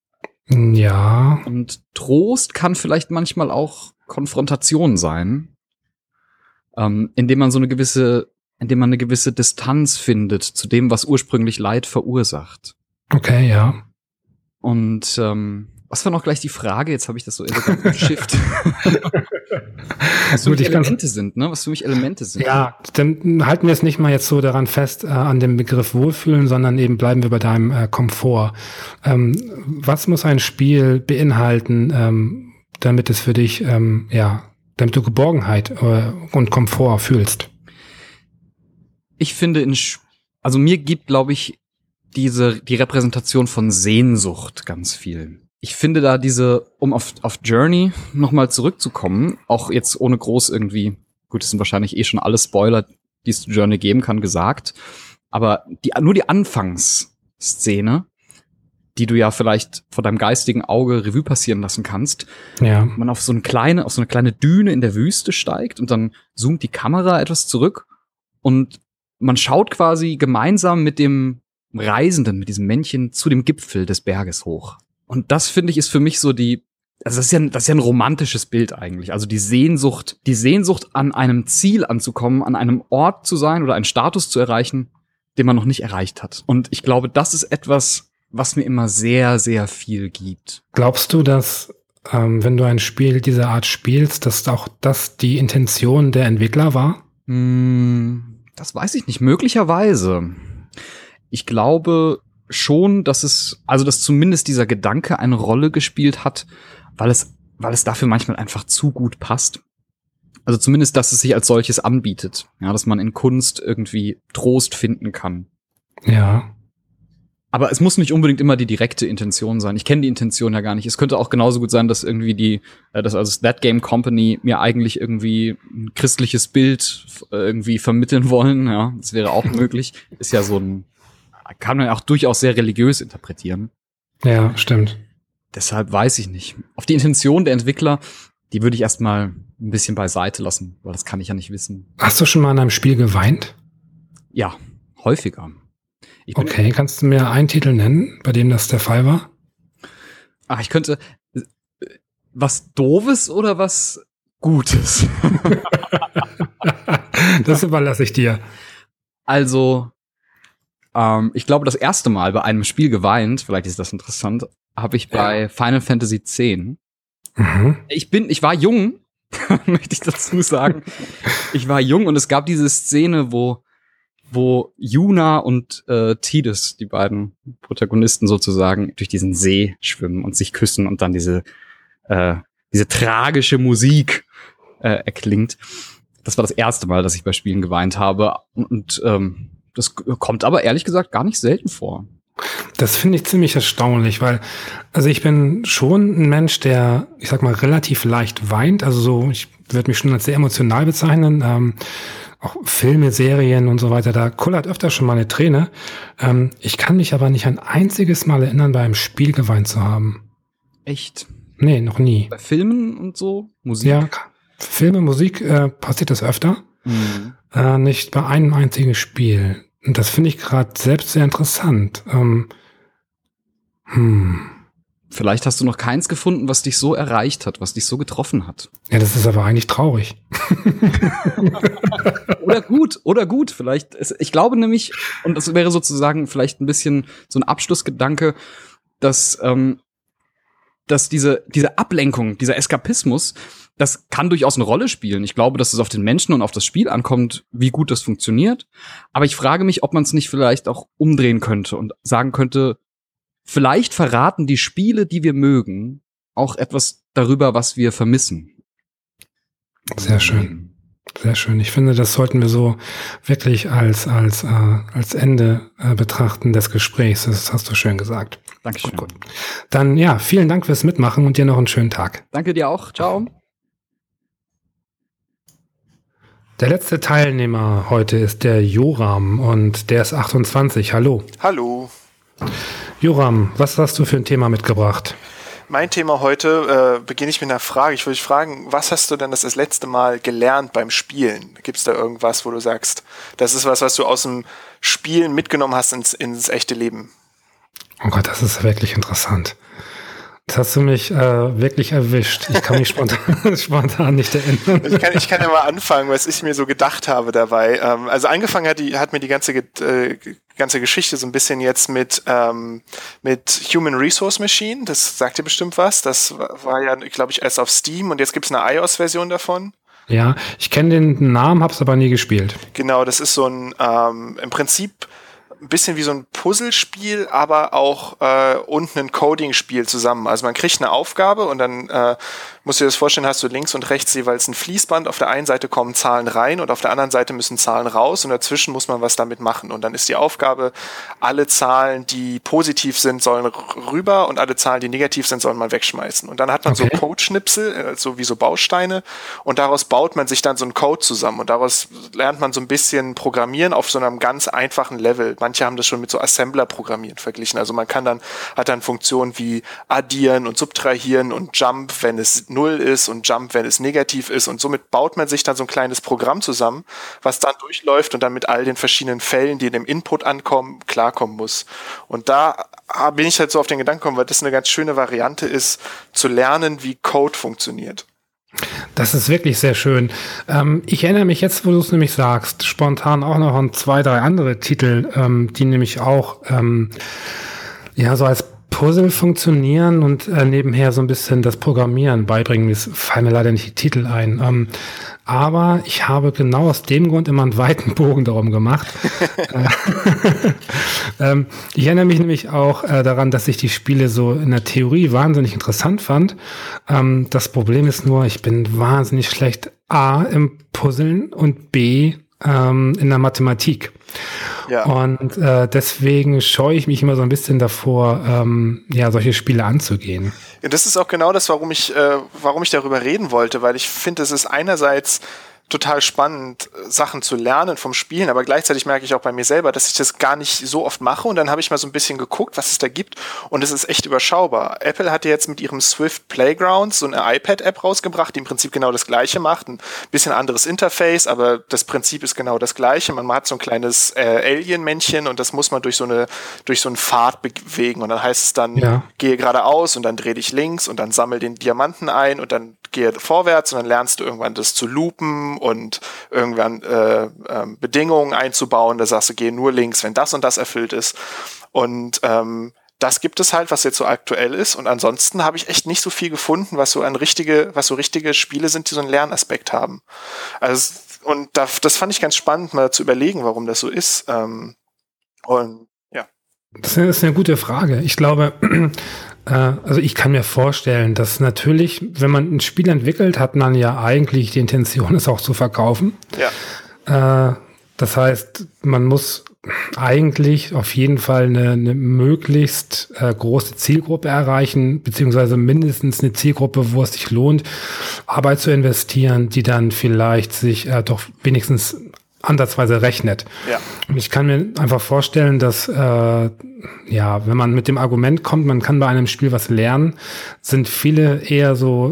Ja. Und Trost kann vielleicht manchmal auch Konfrontation sein, indem man eine gewisse Distanz findet zu dem, was ursprünglich Leid verursacht. Okay, ja. Und was war noch gleich die Frage? Jetzt habe ich das so elegant geschifft. Was für mich Elemente sind, ne? Was für mich Elemente sind. Ja, dann halten wir es nicht mal jetzt so daran fest, an dem Begriff Wohlfühlen, sondern eben bleiben wir bei deinem Komfort. Was muss ein Spiel beinhalten, damit es für dich, damit du Geborgenheit und Komfort fühlst? Ich finde, also mir gibt, glaube ich, die Repräsentation von Sehnsucht ganz viel. Ich finde da um auf Journey nochmal zurückzukommen, auch jetzt ohne groß irgendwie, gut, das sind wahrscheinlich schon alle Spoiler, die es zu Journey geben kann, gesagt, aber nur die Anfangsszene, die du ja vielleicht vor deinem geistigen Auge Revue passieren lassen kannst, ja. Man auf so eine kleine Düne in der Wüste steigt und dann zoomt die Kamera etwas zurück und man schaut quasi gemeinsam mit dem Reisenden, mit diesem Männchen zu dem Gipfel des Berges hoch. Und das, finde ich, ist für mich so das ist ja ein romantisches Bild eigentlich. Also die Sehnsucht an einem Ziel anzukommen, an einem Ort zu sein oder einen Status zu erreichen, den man noch nicht erreicht hat. Und ich glaube, das ist etwas, was mir immer sehr, sehr viel gibt. Glaubst du, dass, wenn du ein Spiel dieser Art spielst, dass auch das die Intention der Entwickler war? Das weiß ich nicht. Möglicherweise. Ich glaube schon, dass zumindest dieser Gedanke eine Rolle gespielt hat, weil es dafür manchmal einfach zu gut passt. Also zumindest, dass es sich als solches anbietet. Ja, dass man in Kunst irgendwie Trost finden kann. Ja. Aber es muss nicht unbedingt immer die direkte Intention sein. Ich kenne die Intention ja gar nicht. Es könnte auch genauso gut sein, dass irgendwie also That Game Company mir eigentlich irgendwie ein christliches Bild irgendwie vermitteln wollen. Ja, das wäre auch möglich. Ist ja kann man auch durchaus sehr religiös interpretieren. Ja, stimmt. Deshalb weiß ich nicht. Auf die Intention der Entwickler, die würde ich erstmal ein bisschen beiseite lassen, weil das kann ich ja nicht wissen. Hast du schon mal in einem Spiel geweint? Ja, häufiger. Okay, kannst du mir einen Titel nennen, bei dem das der Fall war? Ich könnte was Doofes oder was Gutes? Das überlasse ich dir. Also, ich glaube, das erste Mal bei einem Spiel geweint, vielleicht ist das interessant, habe ich bei Final Fantasy X. Mhm. Ich war jung, möchte ich dazu sagen. Ich war jung und es gab diese Szene, wo Yuna und Tidus, die beiden Protagonisten sozusagen, durch diesen See schwimmen und sich küssen und dann diese tragische Musik erklingt. Das war das erste Mal, dass ich bei Spielen geweint habe. Und das kommt aber ehrlich gesagt gar nicht selten vor. Das finde ich ziemlich erstaunlich, weil, also ich bin schon ein Mensch, der, ich sag mal, relativ leicht weint. Also so, ich würde mich schon als sehr emotional bezeichnen. Auch Filme, Serien und so weiter, da kullert öfter schon mal eine Träne. Ich kann mich aber nicht ein einziges Mal erinnern, bei einem Spiel geweint zu haben. Echt? Nee, noch nie. Bei Filmen und so? Musik? Ja, Filme, Musik passiert das öfter. Mhm. Nicht bei einem einzigen Spiel. Und das finde ich gerade selbst sehr interessant. Vielleicht hast du noch keins gefunden, was dich so erreicht hat, was dich so getroffen hat. Ja, das ist aber eigentlich traurig. Oder gut, vielleicht. Ich glaube nämlich, und das wäre sozusagen vielleicht ein bisschen so ein Abschlussgedanke, dass diese Ablenkung, dieser Eskapismus, das kann durchaus eine Rolle spielen. Ich glaube, dass es auf den Menschen und auf das Spiel ankommt, wie gut das funktioniert. Aber ich frage mich, ob man es nicht vielleicht auch umdrehen könnte und sagen könnte, vielleicht verraten die Spiele, die wir mögen, auch etwas darüber, was wir vermissen. Sehr schön. Sehr schön. Ich finde, das sollten wir so wirklich als Ende betrachten des Gesprächs. Das hast du schön gesagt. Dankeschön. Gut. Dann ja, vielen Dank fürs Mitmachen und dir noch einen schönen Tag. Danke dir auch. Ciao. Der letzte Teilnehmer heute ist der Joram und der ist 28. Hallo. Hallo. Joram, was hast du für ein Thema mitgebracht? Mein Thema heute beginne ich mit einer Frage. Ich würde dich fragen, was hast du denn das letzte Mal gelernt beim Spielen? Gibt es da irgendwas, wo du sagst, das ist was du aus dem Spielen mitgenommen hast ins echte Leben? Oh Gott, das ist wirklich interessant. Das hast du mich wirklich erwischt. Ich kann mich spontan nicht erinnern. Ich kann ja mal anfangen, was ich mir so gedacht habe dabei. Also angefangen hat mir die ganze Geschichte so ein bisschen jetzt mit Human Resource Machine. Das sagt dir bestimmt was. Das war ja, glaube ich, erst auf Steam und jetzt gibt es eine iOS-Version davon. Ja, ich kenne den Namen, hab's aber nie gespielt. Genau, das ist so ein im Prinzip ein bisschen wie so ein Puzzlespiel, aber auch und ein Coding-Spiel zusammen. Also man kriegt eine Aufgabe und dann musst du dir das vorstellen, hast du links und rechts jeweils ein Fließband. Auf der einen Seite kommen Zahlen rein und auf der anderen Seite müssen Zahlen raus und dazwischen muss man was damit machen. Und dann ist die Aufgabe, alle Zahlen, die positiv sind, sollen rüber und alle Zahlen, die negativ sind, sollen man wegschmeißen. Und dann hat man so Codeschnipsel, so wie so Bausteine und daraus baut man sich dann so einen Code zusammen und daraus lernt man so ein bisschen Programmieren auf so einem ganz einfachen Level. Manche haben das schon mit so Assembler-Programmieren verglichen. Also man hat dann Funktionen wie addieren und subtrahieren und Jump, wenn es 0 ist und Jump, wenn es negativ ist und somit baut man sich dann so ein kleines Programm zusammen, was dann durchläuft und dann mit all den verschiedenen Fällen, die in dem Input ankommen, klarkommen muss. Und da bin ich halt so auf den Gedanken gekommen, weil das eine ganz schöne Variante ist, zu lernen, wie Code funktioniert. Das ist wirklich sehr schön. Ich erinnere mich jetzt, wo du es nämlich sagst, spontan auch noch an 2, 3 andere Titel, die nämlich auch so als Puzzle funktionieren und nebenher so ein bisschen das Programmieren beibringen. Mir fallen mir leider nicht die Titel ein. Aber ich habe genau aus dem Grund immer einen weiten Bogen darum gemacht. Ich erinnere mich nämlich auch daran, dass ich die Spiele so in der Theorie wahnsinnig interessant fand. Das Problem ist nur, ich bin wahnsinnig schlecht A im Puzzeln und B in der Mathematik. Ja. Und deswegen scheue ich mich immer so ein bisschen davor, solche Spiele anzugehen. Ja, das ist auch genau das, warum ich darüber reden wollte, weil ich finde, es ist einerseits total spannend, Sachen zu lernen vom Spielen, aber gleichzeitig merke ich auch bei mir selber, dass ich das gar nicht so oft mache und dann habe ich mal so ein bisschen geguckt, was es da gibt und es ist echt überschaubar. Apple hat jetzt mit ihrem Swift Playground so eine iPad-App rausgebracht, die im Prinzip genau das Gleiche macht, ein bisschen anderes Interface, aber das Prinzip ist genau das Gleiche. Man hat so ein kleines Alien-Männchen und das muss man durch so einen Pfad bewegen und dann heißt es dann, gehe geradeaus und dann dreh dich links und dann sammel den Diamanten ein und dann gehe vorwärts und dann lernst du irgendwann das zu loopen und irgendwann Bedingungen einzubauen, da sagst du, geh nur links, wenn das und das erfüllt ist. Und das gibt es halt, was jetzt so aktuell ist. Und ansonsten habe ich echt nicht so viel gefunden, was so richtige Spiele sind, die so einen Lernaspekt haben. Also, und das fand ich ganz spannend, mal zu überlegen, warum das so ist. Und ja. Das ist eine gute Frage. Ich glaube, also ich kann mir vorstellen, dass natürlich, wenn man ein Spiel entwickelt, hat man ja eigentlich die Intention, es auch zu verkaufen. Ja. Das heißt, man muss eigentlich auf jeden Fall eine möglichst große Zielgruppe erreichen, beziehungsweise mindestens eine Zielgruppe, wo es sich lohnt, Arbeit zu investieren, die dann vielleicht sich doch wenigstens ansatzweise rechnet. Ja. Und ich kann mir einfach vorstellen, dass wenn man mit dem Argument kommt, man kann bei einem Spiel was lernen, sind viele eher so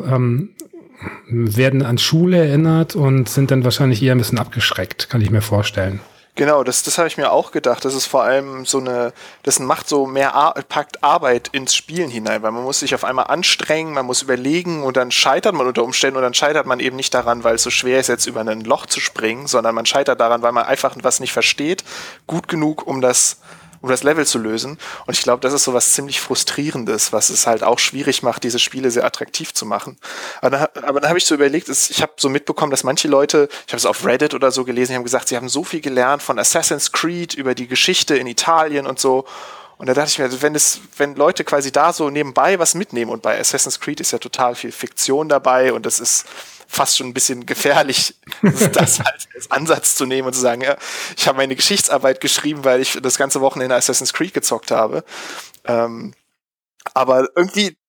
werden an Schule erinnert und sind dann wahrscheinlich eher ein bisschen abgeschreckt, kann ich mir vorstellen. Genau, das habe ich mir auch gedacht. Das ist vor allem das macht so packt Arbeit ins Spielen hinein, weil man muss sich auf einmal anstrengen, man muss überlegen und dann scheitert man unter Umständen und dann scheitert man eben nicht daran, weil es so schwer ist, jetzt über ein Loch zu springen, sondern man scheitert daran, weil man einfach was nicht versteht, gut genug, um das Level zu lösen. Und ich glaube, das ist so was ziemlich Frustrierendes, was es halt auch schwierig macht, diese Spiele sehr attraktiv zu machen. Aber dann habe ich so überlegt, ich habe so mitbekommen, dass manche Leute, ich habe es auf Reddit oder so gelesen, die haben gesagt, sie haben so viel gelernt von Assassin's Creed über die Geschichte in Italien und so. Und da dachte ich mir, also wenn Leute quasi da so nebenbei was mitnehmen und bei Assassin's Creed ist ja total viel Fiktion dabei und das ist fast schon ein bisschen gefährlich, das halt als Ansatz zu nehmen und zu sagen, ja, ich habe meine Geschichtsarbeit geschrieben, weil ich das ganze Wochenende Assassin's Creed gezockt habe. Aber irgendwie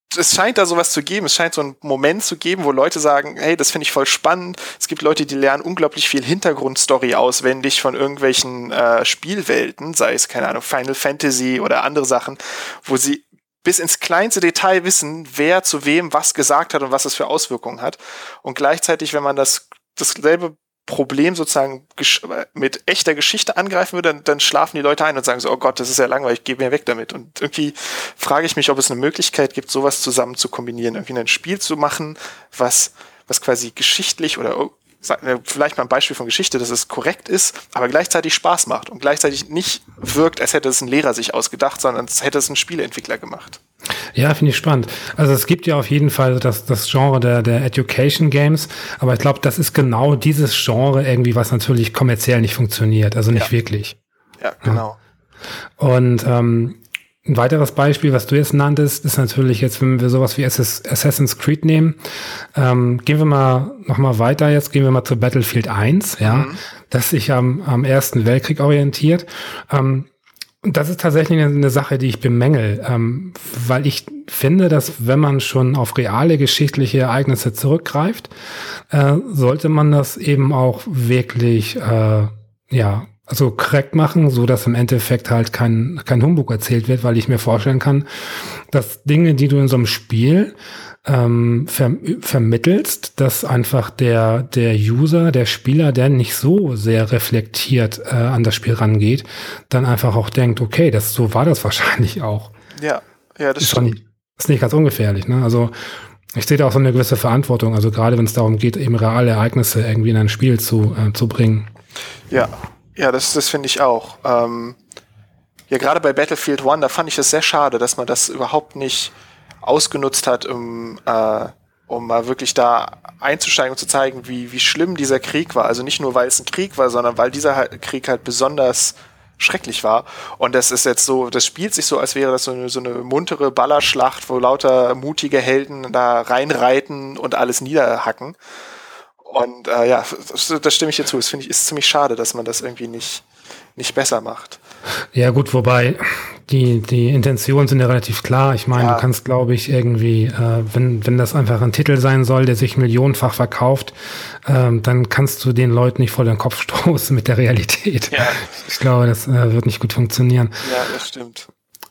es scheint da sowas zu geben. Es scheint so einen Moment zu geben, wo Leute sagen, hey, das finde ich voll spannend. Es gibt Leute, die lernen unglaublich viel Hintergrundstory auswendig von irgendwelchen Spielwelten, sei es, keine Ahnung, Final Fantasy oder andere Sachen, wo sie bis ins kleinste Detail wissen, wer zu wem was gesagt hat und was es für Auswirkungen hat. Und gleichzeitig, wenn man dasselbe Problem sozusagen mit echter Geschichte angreifen würde, dann schlafen die Leute ein und sagen so, oh Gott, das ist ja langweilig, geh mir weg damit. Und irgendwie frage ich mich, ob es eine Möglichkeit gibt, sowas zusammen zu kombinieren, irgendwie ein Spiel zu machen, was quasi geschichtlich oder vielleicht mal ein Beispiel von Geschichte, dass es korrekt ist, aber gleichzeitig Spaß macht und gleichzeitig nicht wirkt, als hätte es ein Lehrer sich ausgedacht, sondern als hätte es ein Spieleentwickler gemacht. Ja, finde ich spannend. Also es gibt ja auf jeden Fall das Genre der Education Games, aber ich glaube, das ist genau dieses Genre irgendwie, was natürlich kommerziell nicht funktioniert, also nicht wirklich. Ja, genau. Ja. Und ein weiteres Beispiel, was du jetzt nanntest, ist natürlich jetzt, wenn wir sowas wie Assassin's Creed nehmen, gehen wir mal noch mal weiter, jetzt gehen wir mal zu Battlefield 1, ja, das sich am Ersten Weltkrieg orientiert. Das ist tatsächlich eine Sache, die ich bemängel, weil ich finde, dass wenn man schon auf reale geschichtliche Ereignisse zurückgreift, sollte man das eben auch wirklich, also korrekt machen, so dass im Endeffekt halt kein Humbug erzählt wird, weil ich mir vorstellen kann, dass Dinge, die du in so einem Spiel vermittelst, dass einfach der User, der Spieler, der nicht so sehr reflektiert an das Spiel rangeht, dann einfach auch denkt, okay, so war das wahrscheinlich auch. Ja, das stimmt. Ist nicht ganz ungefährlich, ne? Also ich sehe da auch so eine gewisse Verantwortung, also gerade wenn es darum geht, eben reale Ereignisse irgendwie in ein Spiel zu bringen. Ja, das finde ich auch. Gerade bei Battlefield 1, da fand ich es sehr schade, dass man das überhaupt nicht ausgenutzt hat, um mal wirklich da einzusteigen und zu zeigen, wie schlimm dieser Krieg war. Also nicht nur, weil es ein Krieg war, sondern weil dieser Krieg halt besonders schrecklich war. Und das ist jetzt so, das spielt sich so, als wäre das so eine muntere Ballerschlacht, wo lauter mutige Helden da reinreiten und alles niederhacken. Und das stimme ich dir zu. Das finde ich ist ziemlich schade, dass man das irgendwie nicht besser macht. Ja gut, wobei die Intentionen sind ja relativ klar. Ich meine, du kannst, glaube ich, irgendwie, wenn das einfach ein Titel sein soll, der sich millionenfach verkauft, dann kannst du den Leuten nicht vor den Kopf stoßen mit der Realität. Ja. Ich glaube, das wird nicht gut funktionieren. Ja, das stimmt.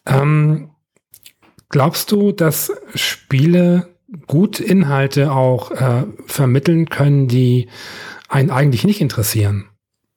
Glaubst du, dass Spiele gut Inhalte auch vermitteln können, die einen eigentlich nicht interessieren?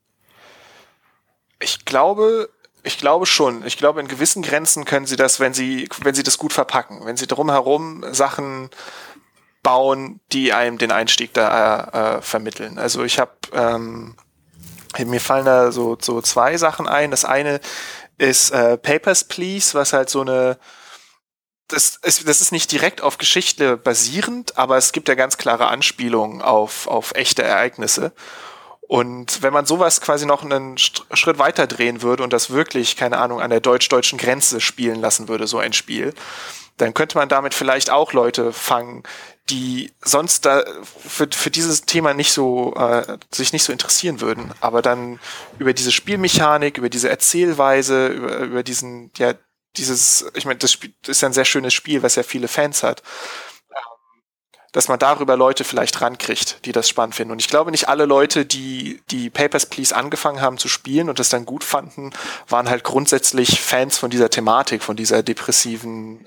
Ich glaube schon. Ich glaube, in gewissen Grenzen können sie das, wenn sie das gut verpacken. Wenn sie drumherum Sachen bauen, die einem den Einstieg da vermitteln. Also ich habe, mir fallen da so zwei Sachen ein. Das eine ist Papers, Please, was halt so eine das ist nicht direkt auf Geschichte basierend, aber es gibt ja ganz klare Anspielungen auf echte Ereignisse. Und wenn man sowas quasi noch einen Schritt weiter drehen würde und das wirklich, keine Ahnung, an der deutsch-deutschen Grenze spielen lassen würde, so ein Spiel, dann könnte man damit vielleicht auch Leute fangen, die sonst da für dieses Thema nicht so sich nicht so interessieren würden, aber dann über diese Spielmechanik, über diese Erzählweise, über diesen, ich meine, das ist ja ein sehr schönes Spiel, was ja viele Fans hat, dass man darüber Leute vielleicht rankriegt, die das spannend finden. Und ich glaube, nicht alle Leute, die Papers, Please angefangen haben zu spielen und das dann gut fanden, waren halt grundsätzlich Fans von dieser Thematik, von dieser depressiven,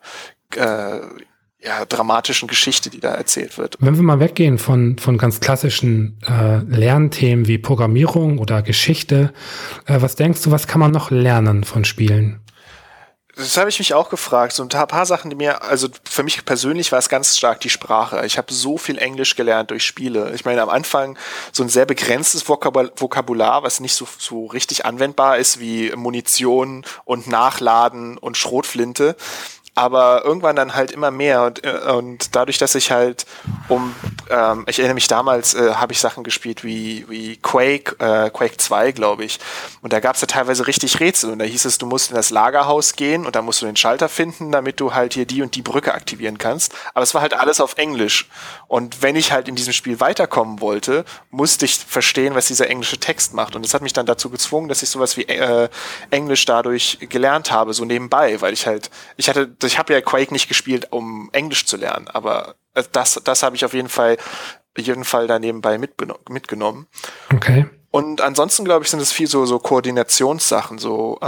dramatischen Geschichte, die da erzählt wird. Wenn wir mal weggehen von ganz klassischen Lernthemen wie Programmierung oder Geschichte, was denkst du, was kann man noch lernen von Spielen? Das habe ich mich auch gefragt. So ein paar Sachen, also für mich persönlich war es ganz stark die Sprache. Ich habe so viel Englisch gelernt durch Spiele. Ich meine, am Anfang so ein sehr begrenztes Vokabular, was nicht so richtig anwendbar ist wie Munition und Nachladen und Schrotflinte. Aber irgendwann dann halt immer mehr und dadurch, dass ich halt, um ich erinnere mich damals, habe ich Sachen gespielt wie Quake 2, glaube ich. Und da gab es ja teilweise richtig Rätsel. Und da hieß es, du musst in das Lagerhaus gehen und da musst du den Schalter finden, damit du halt hier die und die Brücke aktivieren kannst. Aber es war halt alles auf Englisch. Und wenn ich halt in diesem Spiel weiterkommen wollte, musste ich verstehen, was dieser englische Text macht. Und das hat mich dann dazu gezwungen, dass ich sowas wie Englisch dadurch gelernt habe, so nebenbei, weil ich habe ja Quake nicht gespielt, um Englisch zu lernen, aber das habe ich auf jeden Fall da nebenbei mitgenommen. Okay. Und ansonsten, glaube ich, sind es viel so Koordinationssachen, so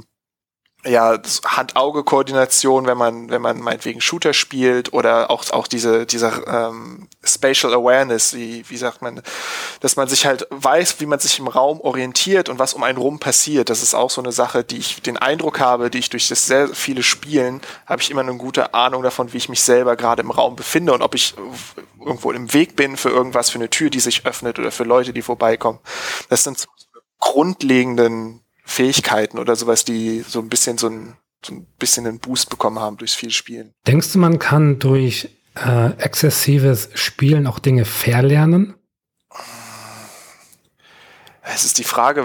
Hand-Auge-Koordination, wenn man meinetwegen Shooter spielt, oder auch dieser Spatial Awareness, wie sagt man, dass man sich halt weiß, wie man sich im Raum orientiert und was um einen rum passiert. Das ist auch so eine Sache, die ich den Eindruck habe, die ich durch das sehr viele Spielen, habe ich immer eine gute Ahnung davon, wie ich mich selber gerade im Raum befinde und ob ich irgendwo im Weg bin für irgendwas, für eine Tür, die sich öffnet, oder für Leute, die vorbeikommen. Das sind so grundlegenden Fähigkeiten oder sowas, die so ein bisschen einen Boost bekommen haben durchs viel Spielen. Denkst du, man kann durch exzessives Spielen auch Dinge verlernen? Es ist die Frage,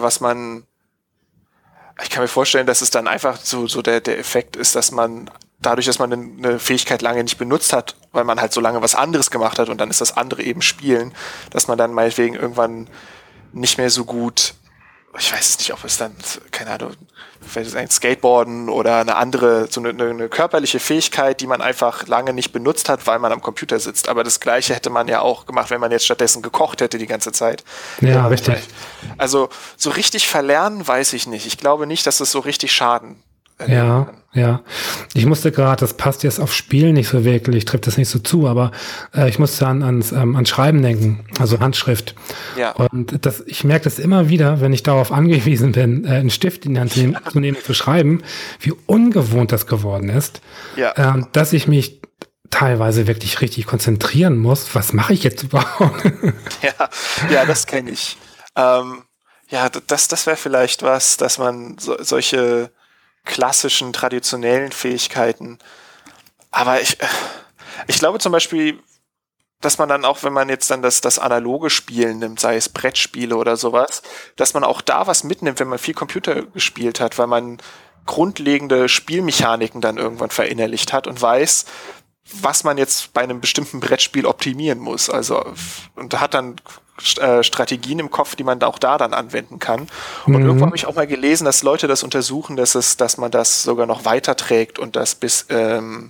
ich kann mir vorstellen, dass es dann einfach so der Effekt ist, dass man dadurch, dass man eine Fähigkeit lange nicht benutzt hat, weil man halt so lange was anderes gemacht hat und dann ist das andere eben Spielen, dass man dann meinetwegen irgendwann nicht mehr so gut, ich weiß es nicht, ob es dann, keine Ahnung, vielleicht ist ein Skateboarden oder eine andere, so eine körperliche Fähigkeit, die man einfach lange nicht benutzt hat, weil man am Computer sitzt. Aber das Gleiche hätte man ja auch gemacht, wenn man jetzt stattdessen gekocht hätte die ganze Zeit. Ja, richtig. Also so richtig verlernen weiß ich nicht. Ich glaube nicht, dass es so richtig schaden. Ja. Ich musste gerade, das passt jetzt auf Spielen nicht so wirklich, trifft das nicht so zu, aber ich musste an Schreiben denken, also Handschrift. Ja. Und ich merke das immer wieder, wenn ich darauf angewiesen bin, einen Stift in die Hand zu nehmen, zu schreiben, wie ungewohnt das geworden ist, dass ich mich teilweise wirklich richtig konzentrieren muss. Was mache ich jetzt überhaupt? Ja, das kenne ich. Das wäre vielleicht was, dass man solche klassischen, traditionellen Fähigkeiten. Aber ich glaube zum Beispiel, dass man dann auch, wenn man jetzt dann das analoge Spielen nimmt, sei es Brettspiele oder sowas, dass man auch da was mitnimmt, wenn man viel Computer gespielt hat, weil man grundlegende Spielmechaniken dann irgendwann verinnerlicht hat und weiß, was man jetzt bei einem bestimmten Brettspiel optimieren muss. Also, und hat dann Strategien im Kopf, die man auch da dann anwenden kann. Und irgendwo habe ich auch mal gelesen, dass Leute das untersuchen, dass man das sogar noch weiterträgt und das bis im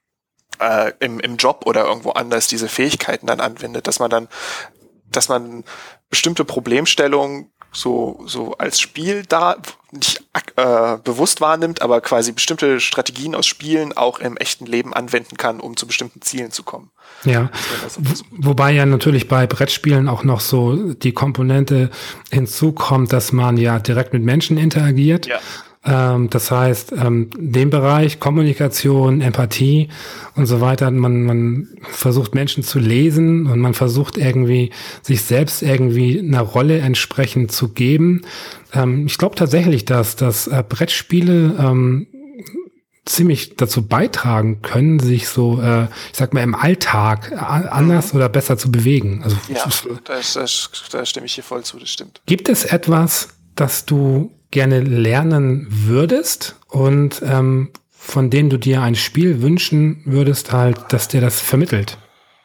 Job oder irgendwo anders diese Fähigkeiten dann anwendet, dass man bestimmte Problemstellungen so als Spiel da nicht bewusst wahrnimmt, aber quasi bestimmte Strategien aus Spielen auch im echten Leben anwenden kann, um zu bestimmten Zielen zu kommen. Ja, wobei ja natürlich bei Brettspielen auch noch so die Komponente hinzukommt, dass man ja direkt mit Menschen interagiert. Ja. Das heißt, dem Bereich Kommunikation, Empathie und so weiter, man versucht Menschen zu lesen und man versucht irgendwie sich selbst irgendwie einer Rolle entsprechend zu geben. Ich glaube tatsächlich, dass Brettspiele ziemlich dazu beitragen können, sich so, ich sag mal, im Alltag anders oder besser zu bewegen. Also, ja, da stimme ich hier voll zu, das stimmt. Gibt es etwas, das du gerne lernen würdest und von dem du dir ein Spiel wünschen würdest, halt, dass dir das vermittelt?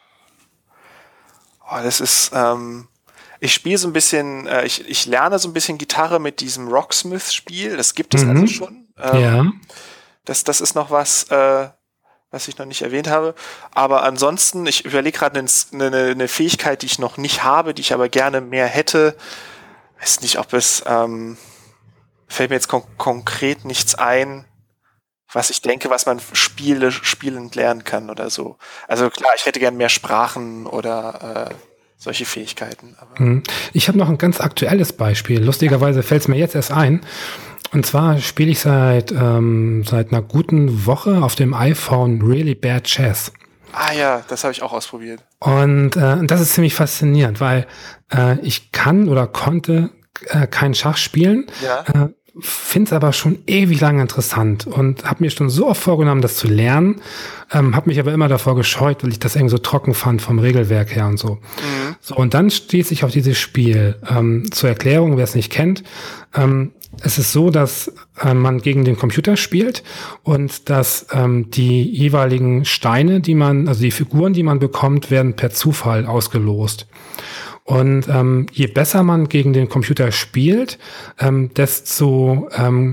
Das ist, ich spiele so ein bisschen, ich lerne so ein bisschen Gitarre mit diesem Rocksmith-Spiel, das gibt es also schon. Ja. Das ist noch was ich noch nicht erwähnt habe. Aber ansonsten, ich überlege gerade eine Fähigkeit, die ich noch nicht habe, die ich aber gerne mehr hätte. Weiß nicht, ob es fällt mir jetzt konkret nichts ein, was ich denke, was man spielend lernen kann oder so. Also klar, ich hätte gern mehr Sprachen oder solche Fähigkeiten. Aber ich habe noch ein ganz aktuelles Beispiel. Lustigerweise fällt es mir jetzt erst ein. Und zwar spiele ich seit einer guten Woche auf dem iPhone Really Bad Chess. Ah ja, das habe ich auch ausprobiert. Und das ist ziemlich faszinierend, weil ich kann oder konnte kein Schach spielen, finde es aber schon ewig lang interessant und habe mir schon so oft vorgenommen, das zu lernen, habe mich aber immer davor gescheut, weil ich das irgendwie so trocken fand vom Regelwerk her und so. So, und dann stieß ich auf dieses Spiel. Zur Erklärung, wer es nicht kennt, es ist so, dass man gegen den Computer spielt und dass die jeweiligen Steine, also die Figuren, die man bekommt, werden per Zufall ausgelost. Und je besser man gegen den Computer spielt, desto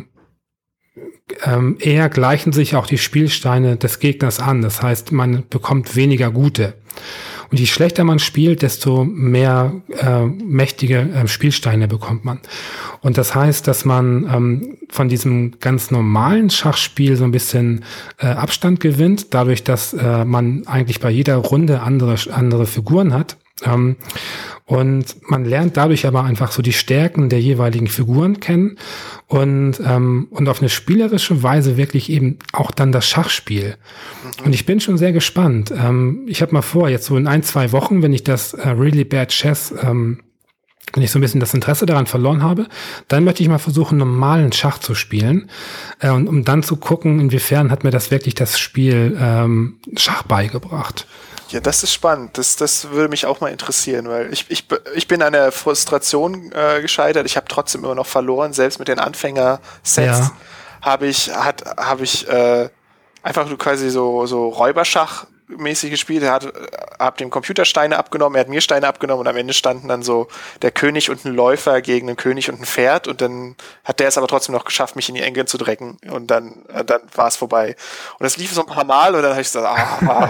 eher gleichen sich auch die Spielsteine des Gegners an. Das heißt, man bekommt weniger gute. Und je schlechter man spielt, desto mehr mächtige Spielsteine bekommt man. Und das heißt, dass man von diesem ganz normalen Schachspiel so ein bisschen Abstand gewinnt, dadurch, dass man eigentlich bei jeder Runde andere Figuren hat. Und man lernt dadurch aber einfach so die Stärken der jeweiligen Figuren kennen und auf eine spielerische Weise wirklich eben auch dann das Schachspiel. Und ich bin schon sehr gespannt. Ich habe mal vor, jetzt so in 1-2 Wochen, wenn ich das Really Bad Chess, wenn ich so ein bisschen das Interesse daran verloren habe, dann möchte ich mal versuchen, normalen Schach zu spielen, und um dann zu gucken, inwiefern hat mir das wirklich das Spiel Schach beigebracht. Ja, das ist spannend. Das würde mich auch mal interessieren, weil ich bin an der Frustration gescheitert. Ich habe trotzdem immer noch verloren. Selbst mit den Anfänger-Sets habe ich einfach nur quasi so Räuberschach-mäßig gespielt. Hab dem Computer Steine abgenommen, er hat mir Steine abgenommen und am Ende standen dann so der König und ein Läufer gegen einen König und ein Pferd und dann hat der es aber trotzdem noch geschafft, mich in die Enge zu drängen und dann war es vorbei. Und das lief so ein paar Mal und dann habe ich gesagt,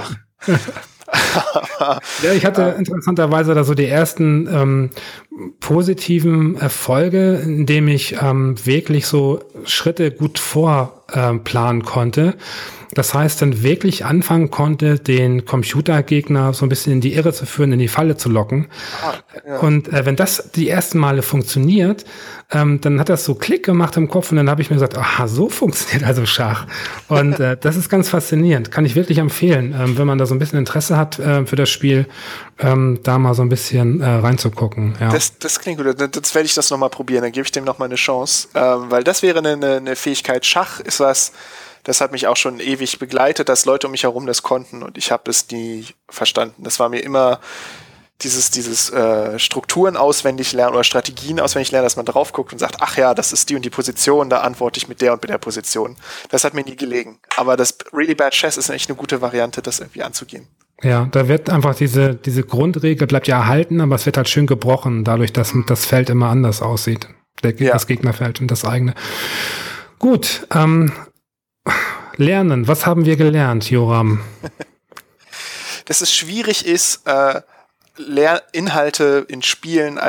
Ja, ich hatte interessanterweise da so die ersten positiven Erfolge, indem ich wirklich so Schritte gut vorplanen konnte. Das heißt, dann wirklich anfangen konnte, den Computergegner so ein bisschen in die Irre zu führen, in die Falle zu locken. Ja. Und wenn das die ersten Male funktioniert, dann hat das so Klick gemacht im Kopf und dann habe ich mir gesagt, aha, so funktioniert also Schach. Und das ist ganz faszinierend. Kann ich wirklich empfehlen, wenn man da so ein bisschen Interesse hat für das Spiel, da mal so ein bisschen reinzugucken. Ja. Das klingt gut. Jetzt werde ich das nochmal probieren. Dann gebe ich dem nochmal eine Chance. Weil das wäre eine Fähigkeit. Schach ist was, das hat mich auch schon ewig begleitet, dass Leute um mich herum das konnten und ich habe das nie verstanden. Das war mir immer dieses Strukturen auswendig lernen oder Strategien auswendig lernen, dass man drauf guckt und sagt, ach ja, das ist die und die Position, da antworte ich mit der und mit der Position. Das hat mir nie gelegen. Aber das Really Bad Chess ist echt eine gute Variante, das irgendwie anzugehen. Ja, da wird einfach diese Grundregel bleibt ja erhalten, aber es wird halt schön gebrochen, dadurch, dass das Feld immer anders aussieht. Das Gegnerfeld und das eigene. Gut, Lernen. Was haben wir gelernt, Joram? Dass es schwierig ist, Lerninhalte in Spielen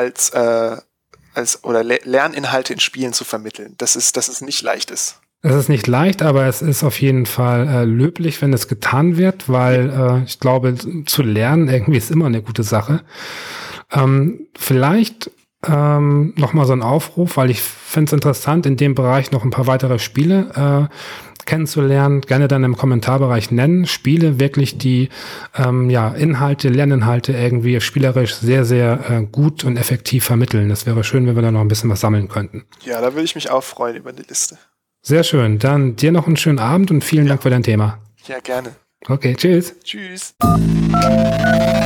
Lerninhalte in Spielen zu vermitteln. Dass es nicht leicht ist. Es ist nicht leicht, aber es ist auf jeden Fall löblich, wenn es getan wird, weil ich glaube, zu lernen irgendwie ist immer eine gute Sache. Vielleicht noch mal so ein Aufruf, weil ich finde es interessant, in dem Bereich noch ein paar weitere Spiele kennenzulernen, gerne dann im Kommentarbereich nennen. Spiele wirklich, die Lerninhalte irgendwie spielerisch sehr, sehr gut und effektiv vermitteln. Das wäre schön, wenn wir da noch ein bisschen was sammeln könnten. Ja, da würde ich mich auch freuen über die Liste. Sehr schön. Dann dir noch einen schönen Abend und vielen Dank für dein Thema. Ja, gerne. Okay, tschüss. Tschüss.